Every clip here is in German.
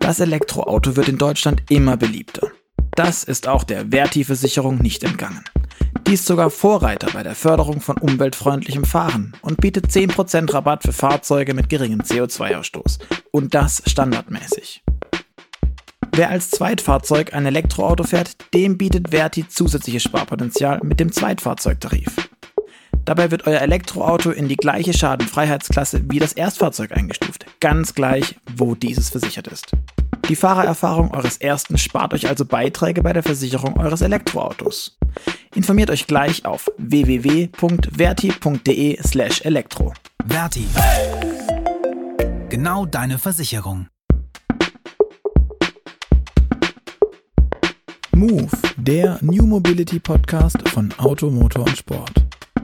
Das Elektroauto wird in Deutschland immer beliebter. Das ist auch der Verti-Versicherung nicht entgangen. Die ist sogar Vorreiter bei der Förderung von umweltfreundlichem Fahren und bietet 10% Rabatt für Fahrzeuge mit geringem CO2-Ausstoß. Und das standardmäßig. Wer als Zweitfahrzeug ein Elektroauto fährt, dem bietet Verti zusätzliches Sparpotenzial mit dem Zweitfahrzeugtarif. Dabei wird euer Elektroauto in die gleiche Schadenfreiheitsklasse wie das Erstfahrzeug eingestuft, ganz gleich, wo dieses versichert ist. Die Fahrererfahrung eures Ersten spart euch also Beiträge bei der Versicherung eures Elektroautos. Informiert euch gleich auf www.verti.de/elektro. Verti. Genau deine Versicherung. Move, der New Mobility Podcast von Auto, Motor und Sport.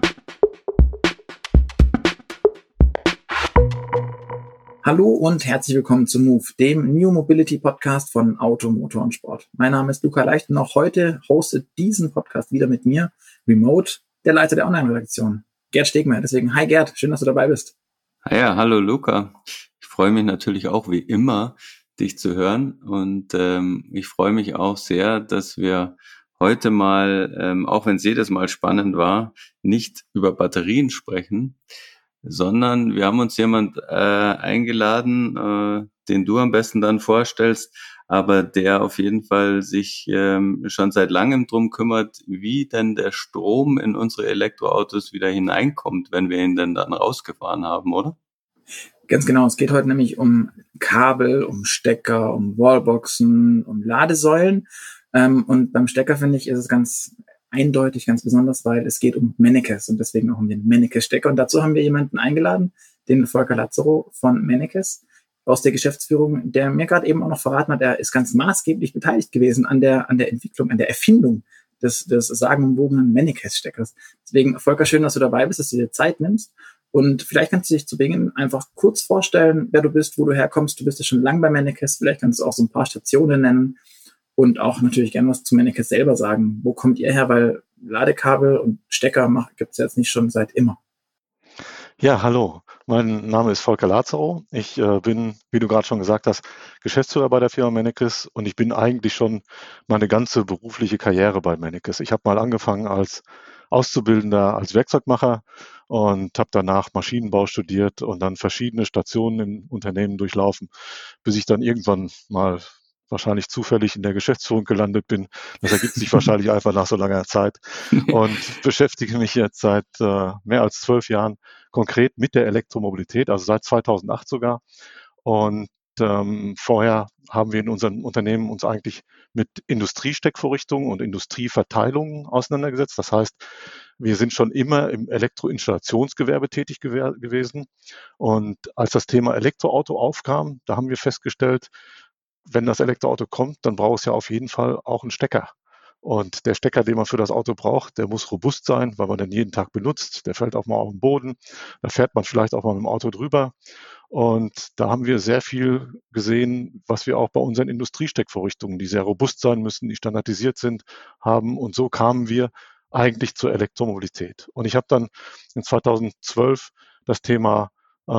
Hallo und herzlich willkommen zu Move, dem New Mobility Podcast von Auto, Motor und Sport. Mein Name ist Luca Leicht und auch heute hostet diesen Podcast wieder mit mir, remote, der Leiter der Online-Redaktion, Gerd Stegmeier. Deswegen, hi Gerd, schön, dass du dabei bist. Ja, hallo Luca. Ich freue mich natürlich auch wie immer, dich zu hören und ich freue mich auch sehr, dass wir heute mal, auch wenn es jedes Mal spannend war, nicht über Batterien sprechen, sondern wir haben uns jemand eingeladen, den du am besten dann vorstellst, aber der auf jeden Fall sich schon seit langem drum kümmert, wie denn der Strom in unsere Elektroautos wieder hineinkommt, wenn wir ihn denn dann rausgefahren haben, oder? Ganz genau, es geht heute nämlich um Kabel, um Stecker, um Wallboxen, um Ladesäulen. Und beim Stecker, finde ich, ist es ganz eindeutig, ganz besonders, weil es geht um Mennekes und deswegen auch um den Mennekes-Stecker. Und dazu haben wir jemanden eingeladen, den Volker Lazaro von Mennekes aus der Geschäftsführung, der mir gerade eben auch noch verraten hat, er ist ganz maßgeblich beteiligt gewesen an der Entwicklung, an der Erfindung des sagenumwobenen Mennekes-Steckers. Deswegen, Volker, schön, dass du dabei bist, dass du dir Zeit nimmst. Und vielleicht kannst du dich zu Beginn einfach kurz vorstellen, wer du bist, wo du herkommst. Du bist ja schon lange bei Mennekes. Vielleicht kannst du auch so ein paar Stationen nennen und auch natürlich gerne was zu Mennekes selber sagen. Wo kommt ihr her? Weil Ladekabel und Stecker gibt es jetzt nicht schon seit immer. Ja, hallo. Mein Name ist Volker Lazaro. Ich bin, wie du gerade schon gesagt hast, Geschäftsführer bei der Firma Mennekes und ich bin eigentlich schon meine ganze berufliche Karriere bei Mennekes. Ich habe mal angefangen als Auszubildender, als Werkzeugmacher und habe danach Maschinenbau studiert und dann verschiedene Stationen im Unternehmen durchlaufen, bis ich dann irgendwann mal wahrscheinlich zufällig in der Geschäftsführung gelandet bin. Das ergibt sich wahrscheinlich einfach nach so langer Zeit und beschäftige mich jetzt seit mehr als 12 Jahren konkret mit der Elektromobilität, also seit 2008 sogar. Und vorher haben wir in unserem Unternehmen uns eigentlich mit Industriesteckvorrichtungen und Industrieverteilungen auseinandergesetzt. Das heißt, wir sind schon immer im Elektroinstallationsgewerbe tätig gewesen. Und als das Thema Elektroauto aufkam, da haben wir festgestellt, wenn das Elektroauto kommt, dann braucht es ja auf jeden Fall auch einen Stecker. Und der Stecker, den man für das Auto braucht, der muss robust sein, weil man den jeden Tag benutzt. Der fällt auch mal auf den Boden. Da fährt man vielleicht auch mal mit dem Auto drüber. Und da haben wir sehr viel gesehen, was wir auch bei unseren Industriesteckvorrichtungen, die sehr robust sein müssen, die standardisiert sind, haben. Und so kamen wir eigentlich zur Elektromobilität. Und ich habe dann in 2012 das Thema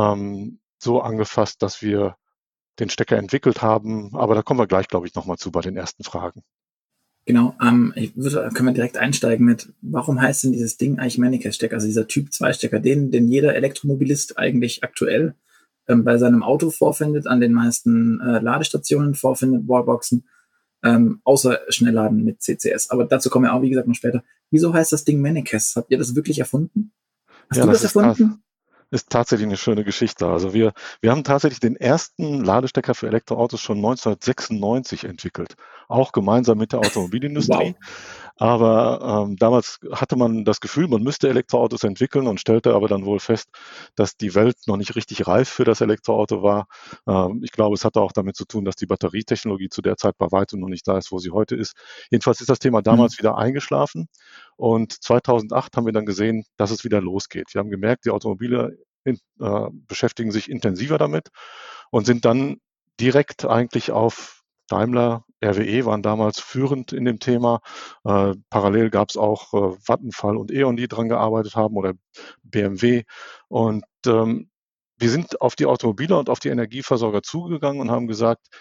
so angefasst, dass wir den Stecker entwickelt haben. Aber da kommen wir gleich, glaube ich, nochmal zu bei den ersten Fragen. Genau, können wir direkt einsteigen mit, warum heißt denn dieses Ding eigentlich Mennekes-Stecker, also dieser Typ-2-Stecker, den jeder Elektromobilist eigentlich aktuell bei seinem Auto vorfindet, an den meisten Ladestationen vorfindet, Wallboxen, außer Schnellladen mit CCS. Aber dazu kommen wir auch, wie gesagt, noch später. Wieso heißt das Ding Mennekes? Habt ihr das wirklich erfunden? Hast du das erfunden? Ist tatsächlich eine schöne Geschichte. Also wir haben tatsächlich den ersten Ladestecker für Elektroautos schon 1996 entwickelt, auch gemeinsam mit der Automobilindustrie. Wow. Aber damals hatte man das Gefühl, man müsste Elektroautos entwickeln und stellte aber dann wohl fest, dass die Welt noch nicht richtig reif für das Elektroauto war. Ich glaube, es hatte auch damit zu tun, dass die Batterietechnologie zu der Zeit bei weitem noch nicht da ist, wo sie heute ist. Jedenfalls ist das Thema damals wieder eingeschlafen. Und 2008 haben wir dann gesehen, dass es wieder losgeht. Wir haben gemerkt, die Automobile beschäftigen sich intensiver damit und sind dann direkt eigentlich auf Daimler, RWE waren damals führend in dem Thema. Parallel gab es auch Vattenfall und E.ON, die dran gearbeitet haben, oder BMW. Und wir sind auf die Automobiler und auf die Energieversorger zugegangen und haben gesagt,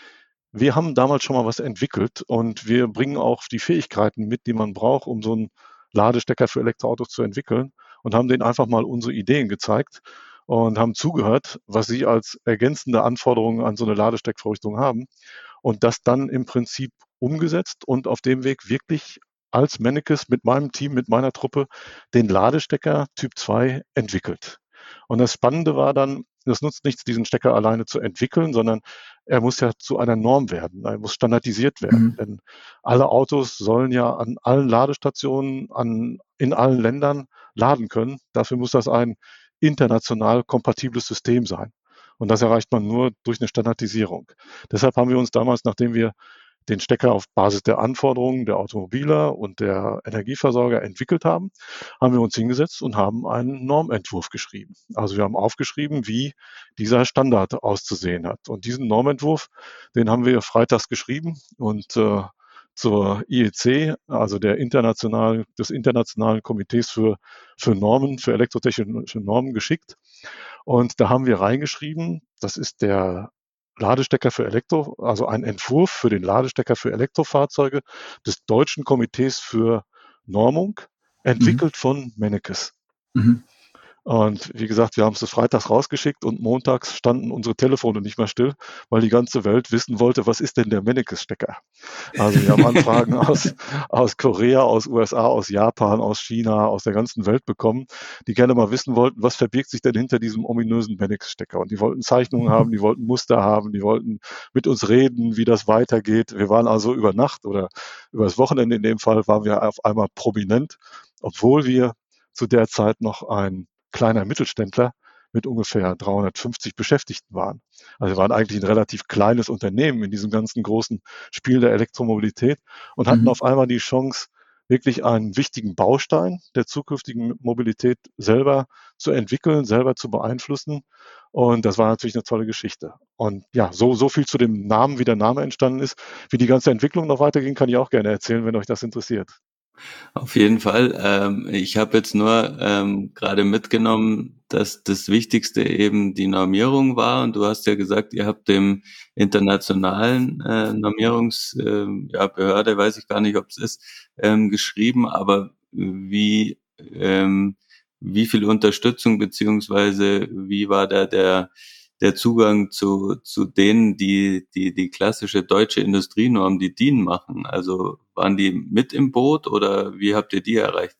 wir haben damals schon mal was entwickelt und wir bringen auch die Fähigkeiten mit, die man braucht, um so einen Ladestecker für Elektroautos zu entwickeln und haben denen einfach mal unsere Ideen gezeigt und haben zugehört, was sie als ergänzende Anforderungen an so eine Ladesteckvorrichtung haben und das dann im Prinzip umgesetzt und auf dem Weg wirklich als Mennekes mit meinem Team, mit meiner Truppe den Ladestecker Typ 2 entwickelt. Und das Spannende war dann, es nutzt nichts, diesen Stecker alleine zu entwickeln, sondern er muss ja zu einer Norm werden. Er muss standardisiert werden. Mhm. Denn alle Autos sollen ja an allen Ladestationen in allen Ländern laden können. Dafür muss das ein international kompatibles System sein. Und das erreicht man nur durch eine Standardisierung. Deshalb haben wir uns damals, nachdem wir den Stecker auf Basis der Anforderungen der Automobiler und der Energieversorger entwickelt haben, haben wir uns hingesetzt und haben einen Normentwurf geschrieben. Also wir haben aufgeschrieben, wie dieser Standard auszusehen hat. Und diesen Normentwurf, den haben wir freitags geschrieben und zur IEC, also des Internationalen Komitees für Normen, für elektrotechnische Normen geschickt. Und da haben wir reingeschrieben, das ist der Ladestecker für also ein Entwurf für den Ladestecker für Elektrofahrzeuge des Deutschen Komitees für Normung, Mhm. entwickelt von Mennekes. Mhm. Und wie gesagt, wir haben es freitags rausgeschickt und montags standen unsere Telefone nicht mehr still, weil die ganze Welt wissen wollte, was ist denn der Mennekes-Stecker? Also wir haben Anfragen aus Korea, aus USA, aus Japan, aus China, aus der ganzen Welt bekommen, die gerne mal wissen wollten, was verbirgt sich denn hinter diesem ominösen Mennekes-Stecker? Und die wollten Zeichnungen haben, die wollten Muster haben, die wollten mit uns reden, wie das weitergeht. Wir waren also über Nacht oder über das Wochenende in dem Fall waren wir auf einmal prominent, obwohl wir zu der Zeit noch ein kleiner Mittelständler mit ungefähr 350 Beschäftigten waren. Also wir waren eigentlich ein relativ kleines Unternehmen in diesem ganzen großen Spiel der Elektromobilität und hatten Mhm. auf einmal die Chance, wirklich einen wichtigen Baustein der zukünftigen Mobilität selber zu entwickeln, selber zu beeinflussen. Und das war natürlich eine tolle Geschichte. Und ja, so viel zu dem Namen, wie der Name entstanden ist. Wie die ganze Entwicklung noch weiterging, kann ich auch gerne erzählen, wenn euch das interessiert. Auf jeden Fall. Ich habe jetzt nur gerade mitgenommen, dass das Wichtigste eben die Normierung war. Und du hast ja gesagt, ihr habt dem internationalen Behörde, weiß ich gar nicht, ob es ist, geschrieben. Aber ähm, wie viel Unterstützung beziehungsweise wie war da der Zugang zu denen, die klassische deutsche Industrienorm, die DIN machen? Also waren die mit im Boot oder wie habt ihr die erreicht?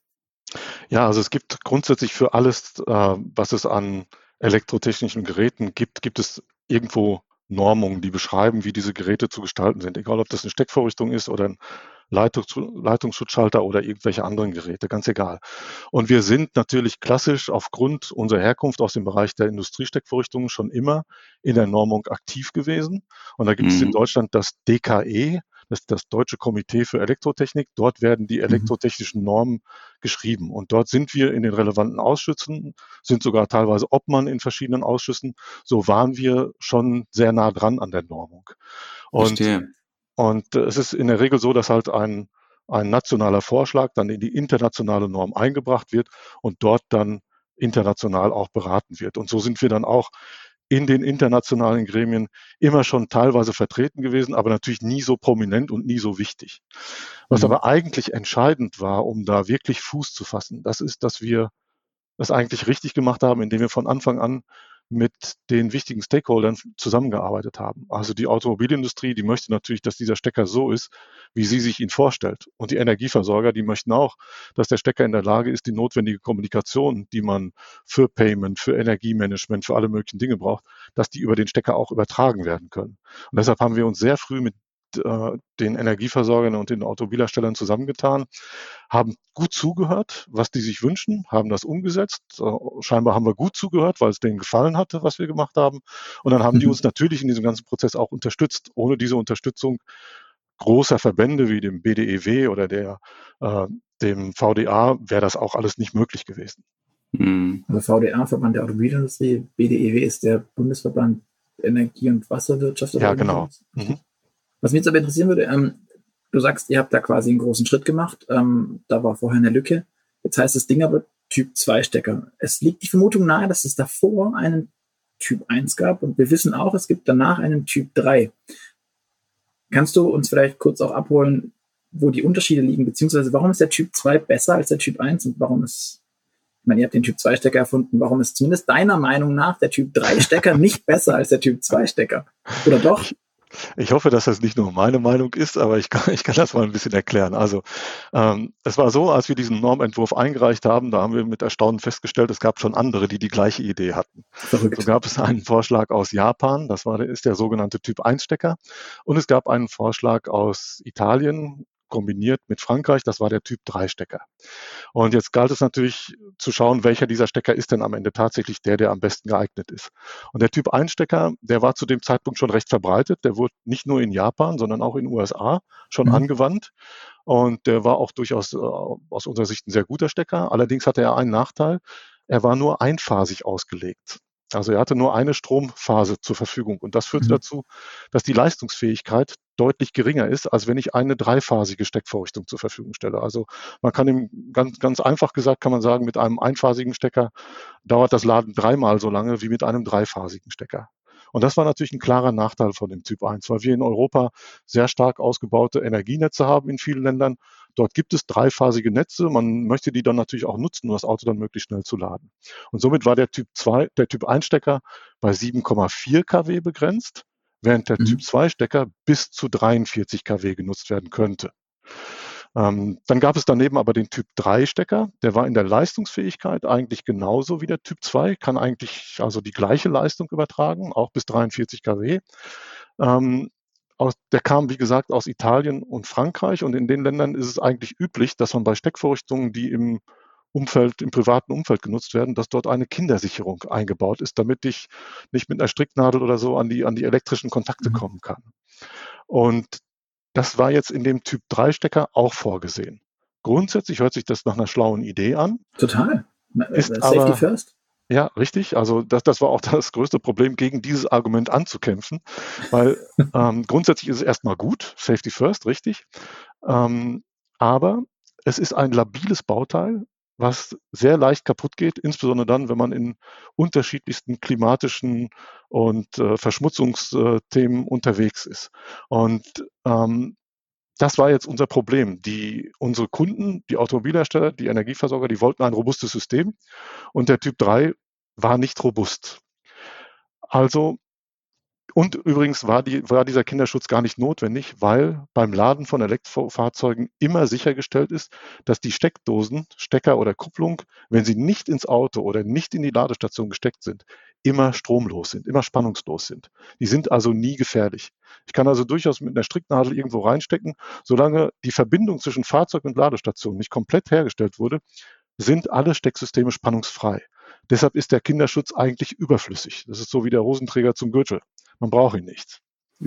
Ja, also es gibt grundsätzlich für alles, was es an elektrotechnischen Geräten gibt, gibt es irgendwo Normungen, die beschreiben, wie diese Geräte zu gestalten sind. Egal, ob das eine Steckvorrichtung ist oder ein Leitungsschutzschalter oder irgendwelche anderen Geräte, ganz egal. Und wir sind natürlich klassisch aufgrund unserer Herkunft aus dem Bereich der Industriesteckvorrichtungen schon immer in der Normung aktiv gewesen. Und da gibt es in Mhm. Deutschland das DKE, das ist das Deutsche Komitee für Elektrotechnik. Dort werden die Mhm. elektrotechnischen Normen geschrieben. Und dort sind wir in den relevanten Ausschüssen, sind sogar teilweise Obmann in verschiedenen Ausschüssen. So waren wir schon sehr nah dran an der Normung. Und, Verstehe. und es ist in der Regel so, dass halt ein nationaler Vorschlag dann in die internationale Norm eingebracht wird und dort dann international auch beraten wird. Und so sind wir dann auch in den internationalen Gremien immer schon teilweise vertreten gewesen, aber natürlich nie so prominent und nie so wichtig. Was Mhm. aber eigentlich entscheidend war, um da wirklich Fuß zu fassen, das ist, dass wir das eigentlich richtig gemacht haben, indem wir von Anfang an mit den wichtigen Stakeholdern zusammengearbeitet haben. Also die Automobilindustrie, die möchte natürlich, dass dieser Stecker so ist, wie sie sich ihn vorstellt. Und die Energieversorger, die möchten auch, dass der Stecker in der Lage ist, die notwendige Kommunikation, die man für Payment, für Energiemanagement, für alle möglichen Dinge braucht, dass die über den Stecker auch übertragen werden können. Und deshalb haben wir uns sehr früh mit den Energieversorgern und den Automobilherstellern zusammengetan, haben gut zugehört, was die sich wünschen, haben das umgesetzt. Scheinbar haben wir gut zugehört, weil es denen gefallen hatte, was wir gemacht haben. Und dann haben die Mhm. uns natürlich in diesem ganzen Prozess auch unterstützt. Ohne diese Unterstützung großer Verbände wie dem BDEW oder äh, dem VDA wäre das auch alles nicht möglich gewesen. Mhm. Also VDA, Verband der Automobilindustrie, BDEW ist der Bundesverband Energie- und Wasserwirtschaft oder Ja, irgendwie genau. sowas. Mhm. Richtig? Was mich jetzt aber interessieren würde, du sagst, ihr habt da quasi einen großen Schritt gemacht. Da war vorher eine Lücke. Jetzt heißt das Ding aber Typ 2 Stecker. Es liegt die Vermutung nahe, dass es davor einen Typ 1 gab und wir wissen auch, es gibt danach einen Typ 3. Kannst du uns vielleicht kurz auch abholen, wo die Unterschiede liegen, beziehungsweise warum ist der Typ 2 besser als der Typ 1 und warum ist, ich meine, ihr habt den Typ 2 Stecker erfunden, warum ist zumindest deiner Meinung nach der Typ 3 Stecker nicht besser als der Typ 2 Stecker? Oder doch? Ich hoffe, dass das nicht nur meine Meinung ist, aber ich kann das mal ein bisschen erklären. Also es war so, als wir diesen Normentwurf eingereicht haben, da haben wir mit Erstaunen festgestellt, es gab schon andere, die gleiche Idee hatten. Verrückt. So gab es einen Vorschlag aus Japan, ist der sogenannte Typ 1 Stecker. Und es gab einen Vorschlag aus Italien, kombiniert mit Frankreich, das war der Typ 3 Stecker. Und jetzt galt es natürlich zu schauen, welcher dieser Stecker ist denn am Ende tatsächlich der am besten geeignet ist. Und der Typ 1 Stecker, der war zu dem Zeitpunkt schon recht verbreitet. Der wurde nicht nur in Japan, sondern auch in den USA schon angewandt. Und der war auch durchaus aus unserer Sicht ein sehr guter Stecker. Allerdings hatte er einen Nachteil. Er war nur einphasig ausgelegt. Also er hatte nur eine Stromphase zur Verfügung. Und das führte dazu, dass die Leistungsfähigkeit deutlich geringer ist, als wenn ich eine dreiphasige Steckvorrichtung zur Verfügung stelle. Also man kann ganz einfach gesagt, kann man sagen, mit einem einphasigen Stecker dauert das Laden dreimal so lange wie mit einem dreiphasigen Stecker. Und das war natürlich ein klarer Nachteil von dem Typ 1, weil wir in Europa sehr stark ausgebaute Energienetze haben in vielen Ländern. Dort gibt es dreiphasige Netze. Man möchte die dann natürlich auch nutzen, um das Auto dann möglichst schnell zu laden. Und somit war der Typ 1 Stecker bei 7,4 kW begrenzt, während der Typ 2 Stecker bis zu 43 kW genutzt werden könnte. Dann gab es daneben aber den Typ 3 Stecker, der war in der Leistungsfähigkeit eigentlich genauso wie der Typ 2, kann eigentlich also die gleiche Leistung übertragen, auch bis 43 kW. Der kam, wie gesagt, aus Italien und Frankreich, und in den Ländern ist es eigentlich üblich, dass man bei Steckvorrichtungen, die im privaten Umfeld genutzt werden, dass dort eine Kindersicherung eingebaut ist, damit ich nicht mit einer Stricknadel oder so an die elektrischen Kontakte kommen kann. Und das war jetzt in dem Typ 3 Stecker auch vorgesehen. Grundsätzlich hört sich das nach einer schlauen Idee an. Total. Ist Safety aber, first. Ja, richtig. Also das war auch das größte Problem, gegen dieses Argument anzukämpfen, weil grundsätzlich ist es erstmal gut, Safety first, richtig. Aber es ist ein labiles Bauteil, was sehr leicht kaputt geht, insbesondere dann, wenn man in unterschiedlichsten klimatischen und Verschmutzungsthemen unterwegs ist. Und das war jetzt unser Problem. Unsere Kunden, die Automobilhersteller, die Energieversorger, die wollten ein robustes System, und der Typ 3 war nicht robust. Also, und übrigens war dieser Kinderschutz gar nicht notwendig, weil beim Laden von Elektrofahrzeugen immer sichergestellt ist, dass die Steckdosen, Stecker oder Kupplung, wenn sie nicht ins Auto oder nicht in die Ladestation gesteckt sind, immer stromlos sind, immer spannungslos sind. Die sind also nie gefährlich. Ich kann also durchaus mit einer Stricknadel irgendwo reinstecken. Solange die Verbindung zwischen Fahrzeug und Ladestation nicht komplett hergestellt wurde, sind alle Stecksysteme spannungsfrei. Deshalb ist der Kinderschutz eigentlich überflüssig. Das ist so wie der Hosenträger zum Gürtel. Man braucht ihn nicht.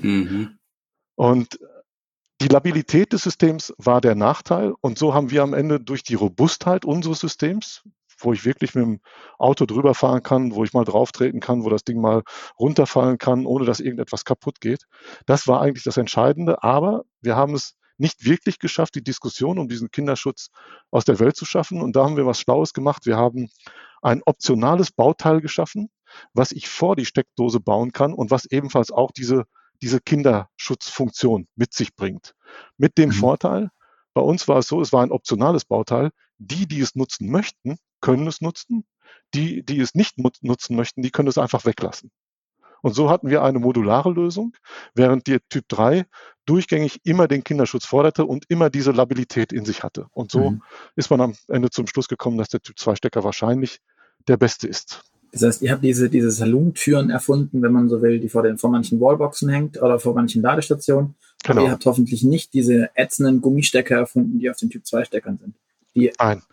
Und die Labilität des Systems war der Nachteil. Und so haben wir am Ende durch die Robustheit unseres Systems, wo ich wirklich mit dem Auto drüber fahren kann, wo ich mal drauf treten kann, wo das Ding mal runterfallen kann, ohne dass irgendetwas kaputt geht. Das war eigentlich das Entscheidende. Aber wir haben es nicht wirklich geschafft, die Diskussion um diesen Kinderschutz aus der Welt zu schaffen. Und da haben wir was Schlaues gemacht. Wir haben ein optionales Bauteil geschaffen, was ich vor die Steckdose bauen kann und was ebenfalls auch diese Kinderschutzfunktion mit sich bringt. Mit dem Vorteil, bei uns war es so, es war ein optionales Bauteil. Die es nutzen möchten, können es nutzen. Die es nicht nutzen möchten, die können es einfach weglassen. Und so hatten wir eine modulare Lösung, während der Typ 3 durchgängig immer den Kinderschutz forderte und immer diese Labilität in sich hatte. Und so ist man am Ende zum Schluss gekommen, dass der Typ 2 Stecker wahrscheinlich der beste ist. Das heißt, ihr habt diese Salontüren erfunden, wenn man so will, die vor manchen Wallboxen hängt oder vor manchen Ladestationen. Genau. Aber ihr habt hoffentlich nicht diese ätzenden Gummistecker erfunden, die auf den Typ 2 Steckern sind. Nein.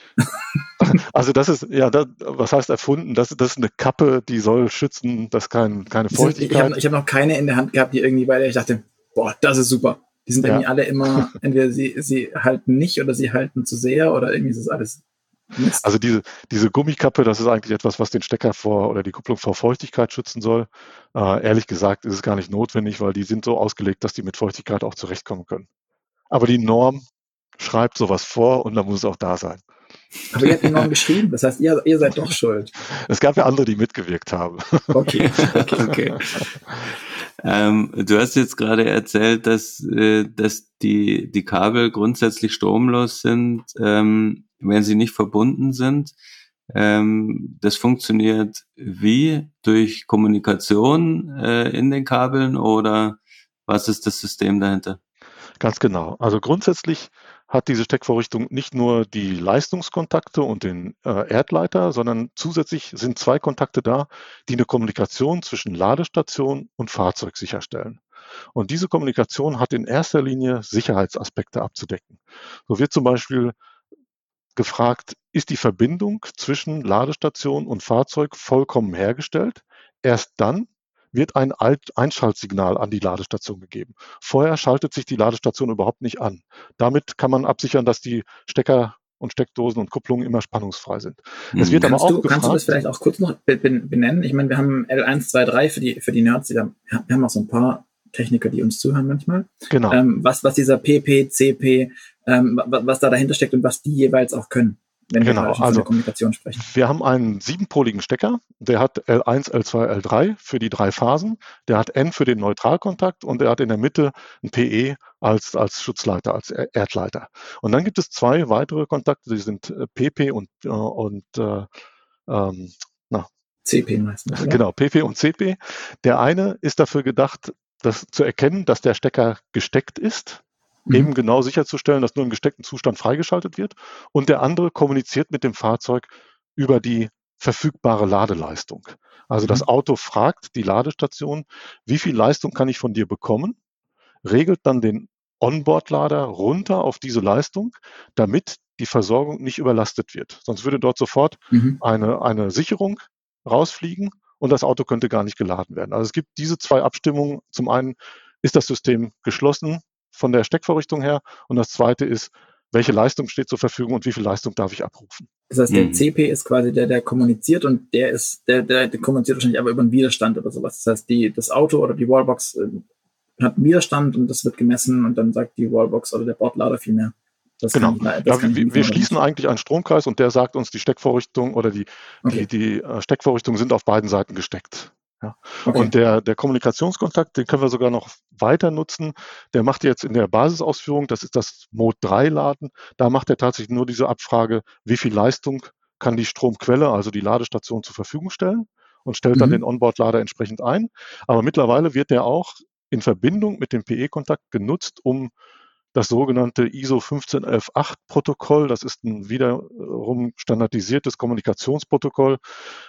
Also das ist, was heißt erfunden? Das ist eine Kappe, die soll schützen, dass keine Feuchtigkeit. Ich hab noch keine in der Hand gehabt, die irgendwie bei der ich dachte, boah, das ist super. Die sind irgendwie alle immer, entweder sie halten nicht oder sie halten zu sehr oder irgendwie ist das alles Mist. Also diese Gummikappe, das ist eigentlich etwas, was den Stecker oder die Kupplung vor Feuchtigkeit schützen soll. Ehrlich gesagt ist es gar nicht notwendig, weil die sind so ausgelegt, dass die mit Feuchtigkeit auch zurechtkommen können. Aber die Norm schreibt sowas vor und dann muss es auch da sein. Aber ihr habt die Norm geschrieben, das heißt, ihr seid doch schuld. Es gab ja andere, die mitgewirkt haben. Okay. Du hast jetzt gerade erzählt, dass die Kabel grundsätzlich stromlos sind, wenn sie nicht verbunden sind. Das funktioniert wie? Durch Kommunikation in den Kabeln oder was ist das System dahinter? Ganz genau. Also grundsätzlich hat diese Steckvorrichtung nicht nur die Leistungskontakte und den Erdleiter, sondern zusätzlich sind zwei Kontakte da, die eine Kommunikation zwischen Ladestation und Fahrzeug sicherstellen. Und diese Kommunikation hat in erster Linie Sicherheitsaspekte abzudecken. So wird zum Beispiel gefragt, ist die Verbindung zwischen Ladestation und Fahrzeug vollkommen hergestellt? Erst dann wird ein Einschaltsignal an die Ladestation gegeben. Vorher schaltet sich die Ladestation überhaupt nicht an. Damit kann man absichern, dass die Stecker und Steckdosen und Kupplungen immer spannungsfrei sind. Es wird aber auch Kannst du das gefragt, vielleicht auch kurz noch benennen? Ich meine, wir haben L1, 2, 3 für die Nerds. Wir haben auch so ein paar Techniker, die uns zuhören manchmal. genau, Was dieser PP, CP, was da dahinter steckt und was die jeweils auch können, wenn wir genau. gerade schon von Also der Kommunikation sprechen. wir haben einen 7-poligen Stecker, der hat L1, L2, L3 für die 3 Phasen, der hat N für den Neutralkontakt und der hat in der Mitte ein PE als Schutzleiter, als Erdleiter. Und dann gibt es 2 weitere Kontakte, die sind PP und CP meistens, oder? genau, PP und CP. Der eine ist dafür gedacht, das zu erkennen, dass der Stecker gesteckt ist, eben genau sicherzustellen, dass nur im gesteckten Zustand freigeschaltet wird. Und der andere kommuniziert mit dem Fahrzeug über die verfügbare Ladeleistung. Also das Auto fragt die Ladestation, wie viel Leistung kann ich von dir bekommen, regelt dann den Onboard-Lader runter auf diese Leistung, damit die Versorgung nicht überlastet wird. Sonst würde dort sofort eine Sicherung rausfliegen und das Auto könnte gar nicht geladen werden. Also es gibt diese 2 Abstimmungen. Zum einen ist das System geschlossen von der Steckvorrichtung her und das zweite ist, welche Leistung steht zur Verfügung und wie viel Leistung darf ich abrufen. Das heißt, der CP ist quasi der kommuniziert und der kommuniziert wahrscheinlich aber über einen Widerstand oder sowas. Das heißt, das Auto oder die Wallbox hat einen Widerstand und das wird gemessen und dann sagt die Wallbox oder der Bordlader viel mehr. Genau. Wir schließen eigentlich einen Stromkreis und der sagt uns, die Steckvorrichtung oder die Steckvorrichtungen sind auf beiden Seiten gesteckt. Ja. Okay. Und der Kommunikationskontakt, den können wir sogar noch weiter nutzen. Der macht jetzt in der Basisausführung, das ist das Mode 3 Laden, da macht er tatsächlich nur diese Abfrage, wie viel Leistung kann die Stromquelle, also die Ladestation, zur Verfügung stellen und stellt dann den Onboard-Lader entsprechend ein. Aber mittlerweile wird der auch in Verbindung mit dem PE-Kontakt genutzt, um das sogenannte ISO 15118 Protokoll, das ist ein wiederum standardisiertes Kommunikationsprotokoll.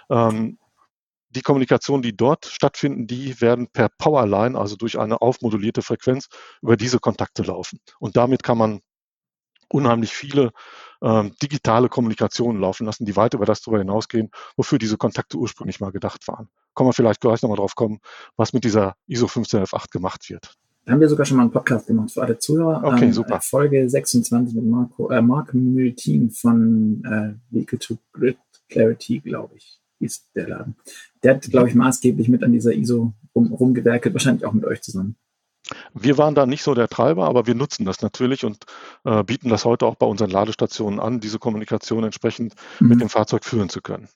Die Kommunikation, die dort stattfinden, die werden per Powerline, also durch eine aufmodulierte Frequenz, über diese Kontakte laufen. Und damit kann man unheimlich viele digitale Kommunikationen laufen lassen, die weit über das darüber hinausgehen, wofür diese Kontakte ursprünglich mal gedacht waren. Kommen wir vielleicht gleich nochmal drauf kommen, was mit dieser ISO 15118 gemacht wird. Da haben wir sogar schon mal einen Podcast gemacht für alle Zuhörer. Okay, super. Folge 26 mit Marc Mültin von Vehicle to Grid Clarity, glaube ich, ist der Laden. Der hat, glaube ich, maßgeblich mit an dieser ISO rumgewerkelt, wahrscheinlich auch mit euch zusammen. Wir waren da nicht so der Treiber, aber wir nutzen das natürlich und bieten das heute auch bei unseren Ladestationen an, diese Kommunikation entsprechend mit dem Fahrzeug führen zu können.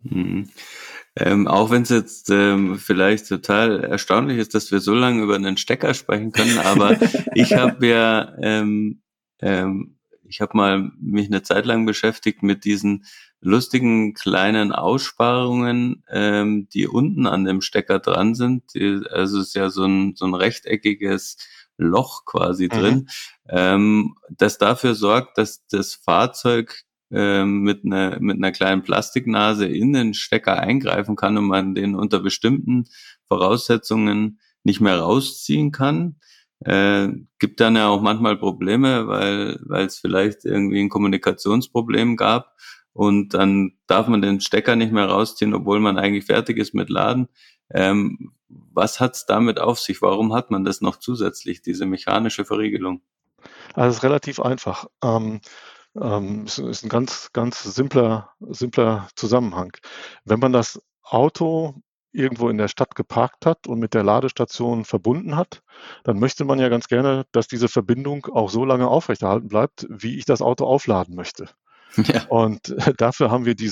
Auch wenn es jetzt vielleicht total erstaunlich ist, dass wir so lange über einen Stecker sprechen können, aber ich habe ich habe mal mich eine Zeit lang beschäftigt mit diesen lustigen kleinen Aussparungen, die unten an dem Stecker dran sind. Also es ist ja so ein rechteckiges Loch quasi drin, das dafür sorgt, dass das Fahrzeug mit einer kleinen Plastiknase in den Stecker eingreifen kann und man den unter bestimmten Voraussetzungen nicht mehr rausziehen kann. Gibt dann ja auch manchmal Probleme, weil es vielleicht irgendwie ein Kommunikationsproblem gab und dann darf man den Stecker nicht mehr rausziehen, obwohl man eigentlich fertig ist mit Laden. Was hat's damit auf sich? Warum hat man das noch zusätzlich, diese mechanische Verriegelung? Also es ist relativ einfach. Es ist ein ganz, ganz simpler Zusammenhang. Wenn man das Auto irgendwo in der Stadt geparkt hat und mit der Ladestation verbunden hat, dann möchte man ja ganz gerne, dass diese Verbindung auch so lange aufrechterhalten bleibt, wie ich das Auto aufladen möchte. Ja. Und dafür haben wir diese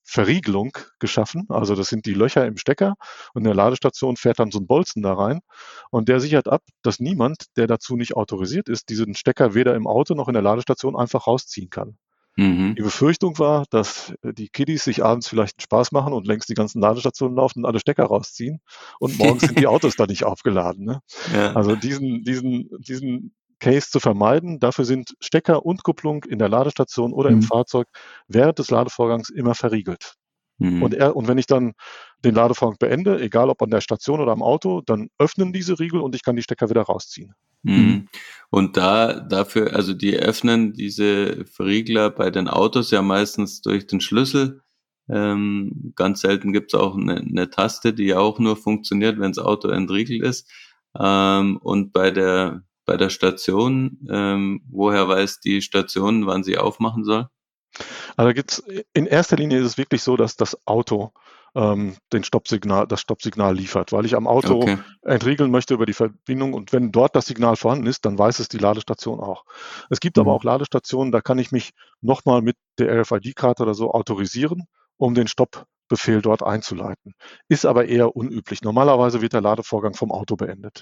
Verriegelung geschaffen. Also das sind die Löcher im Stecker und in der Ladestation fährt dann so ein Bolzen da rein und der sichert ab, dass niemand, der dazu nicht autorisiert ist, diesen Stecker weder im Auto noch in der Ladestation einfach rausziehen kann. Die Befürchtung war, dass die Kiddies sich abends vielleicht einen Spaß machen und längs die ganzen Ladestationen laufen und alle Stecker rausziehen und morgens sind die Autos da nicht aufgeladen. Ne? Ja. Also diesen Case zu vermeiden, dafür sind Stecker und Kupplung in der Ladestation oder im Fahrzeug während des Ladevorgangs immer verriegelt. Und wenn ich dann den Ladevorgang beende, egal ob an der Station oder am Auto, dann öffnen diese Riegel und ich kann die Stecker wieder rausziehen. Und dafür, also die öffnen diese Verriegler bei den Autos ja meistens durch den Schlüssel. Ganz selten gibt's auch eine Taste, die auch nur funktioniert, wenn das Auto entriegelt ist. Und bei der Station, woher weiß die Station, wann sie aufmachen soll? Also in erster Linie ist es wirklich so, dass das Auto das Stoppsignal liefert, weil ich am Auto entriegeln möchte über die Verbindung und wenn dort das Signal vorhanden ist, dann weiß es die Ladestation auch. Es gibt aber auch Ladestationen, da kann ich mich nochmal mit der RFID-Karte oder so autorisieren, um den Stoppbefehl dort einzuleiten. Ist aber eher unüblich. Normalerweise wird der Ladevorgang vom Auto beendet.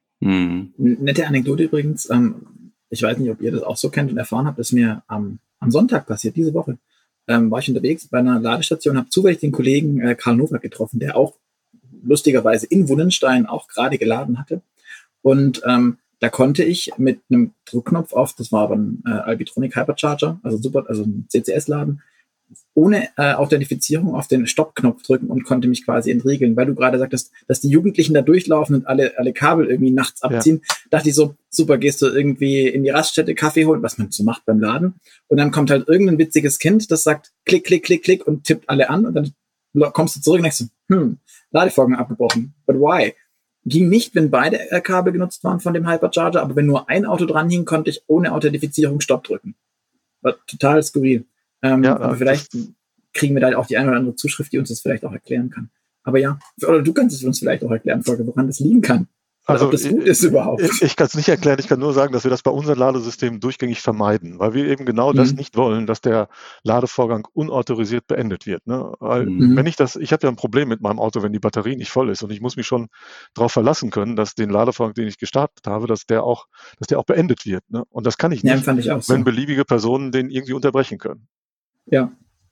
Nette Anekdote übrigens. Ich weiß nicht, ob ihr das auch so kennt und erfahren habt, ist mir am Sonntag passiert, diese Woche. War ich unterwegs bei einer Ladestation, habe zufällig den Kollegen Karl Nowak getroffen, der auch lustigerweise in Wunnenstein auch gerade geladen hatte. Und da konnte ich mit einem Druckknopf das war aber ein Alpitronic Hypercharger, also ein CCS-Laden, ohne Authentifizierung auf den Stoppknopf drücken und konnte mich quasi entriegeln, weil du gerade sagtest, dass die Jugendlichen da durchlaufen und alle Kabel irgendwie nachts abziehen. Ja. Dachte ich so, super, gehst du irgendwie in die Raststätte Kaffee holen, was man so macht beim Laden. Und dann kommt halt irgendein witziges Kind, das sagt klick, klick, klick, klick und tippt alle an und dann kommst du zurück und denkst so, Ladevorgang abgebrochen. But why? Ging nicht, wenn beide Kabel genutzt waren von dem Hypercharger, aber wenn nur ein Auto dran hing, konnte ich ohne Authentifizierung Stopp drücken. War total skurril. Aber vielleicht kriegen wir da auch die eine oder andere Zuschrift, die uns das vielleicht auch erklären kann. Aber ja, oder du kannst es uns vielleicht auch erklären, Volker, woran das liegen kann. Also ob das gut ist überhaupt. Ich kann es nicht erklären, ich kann nur sagen, dass wir das bei unseren Ladesystemen durchgängig vermeiden, weil wir eben genau das nicht wollen, dass der Ladevorgang unautorisiert beendet wird. Ne? Weil wenn ich habe ja ein Problem mit meinem Auto, wenn die Batterie nicht voll ist und ich muss mich schon darauf verlassen können, dass den Ladevorgang, den ich gestartet habe, dass der auch beendet wird. Ne? Und das kann ich nicht, fand ich auch so. Wenn beliebige Personen den irgendwie unterbrechen können. Ja.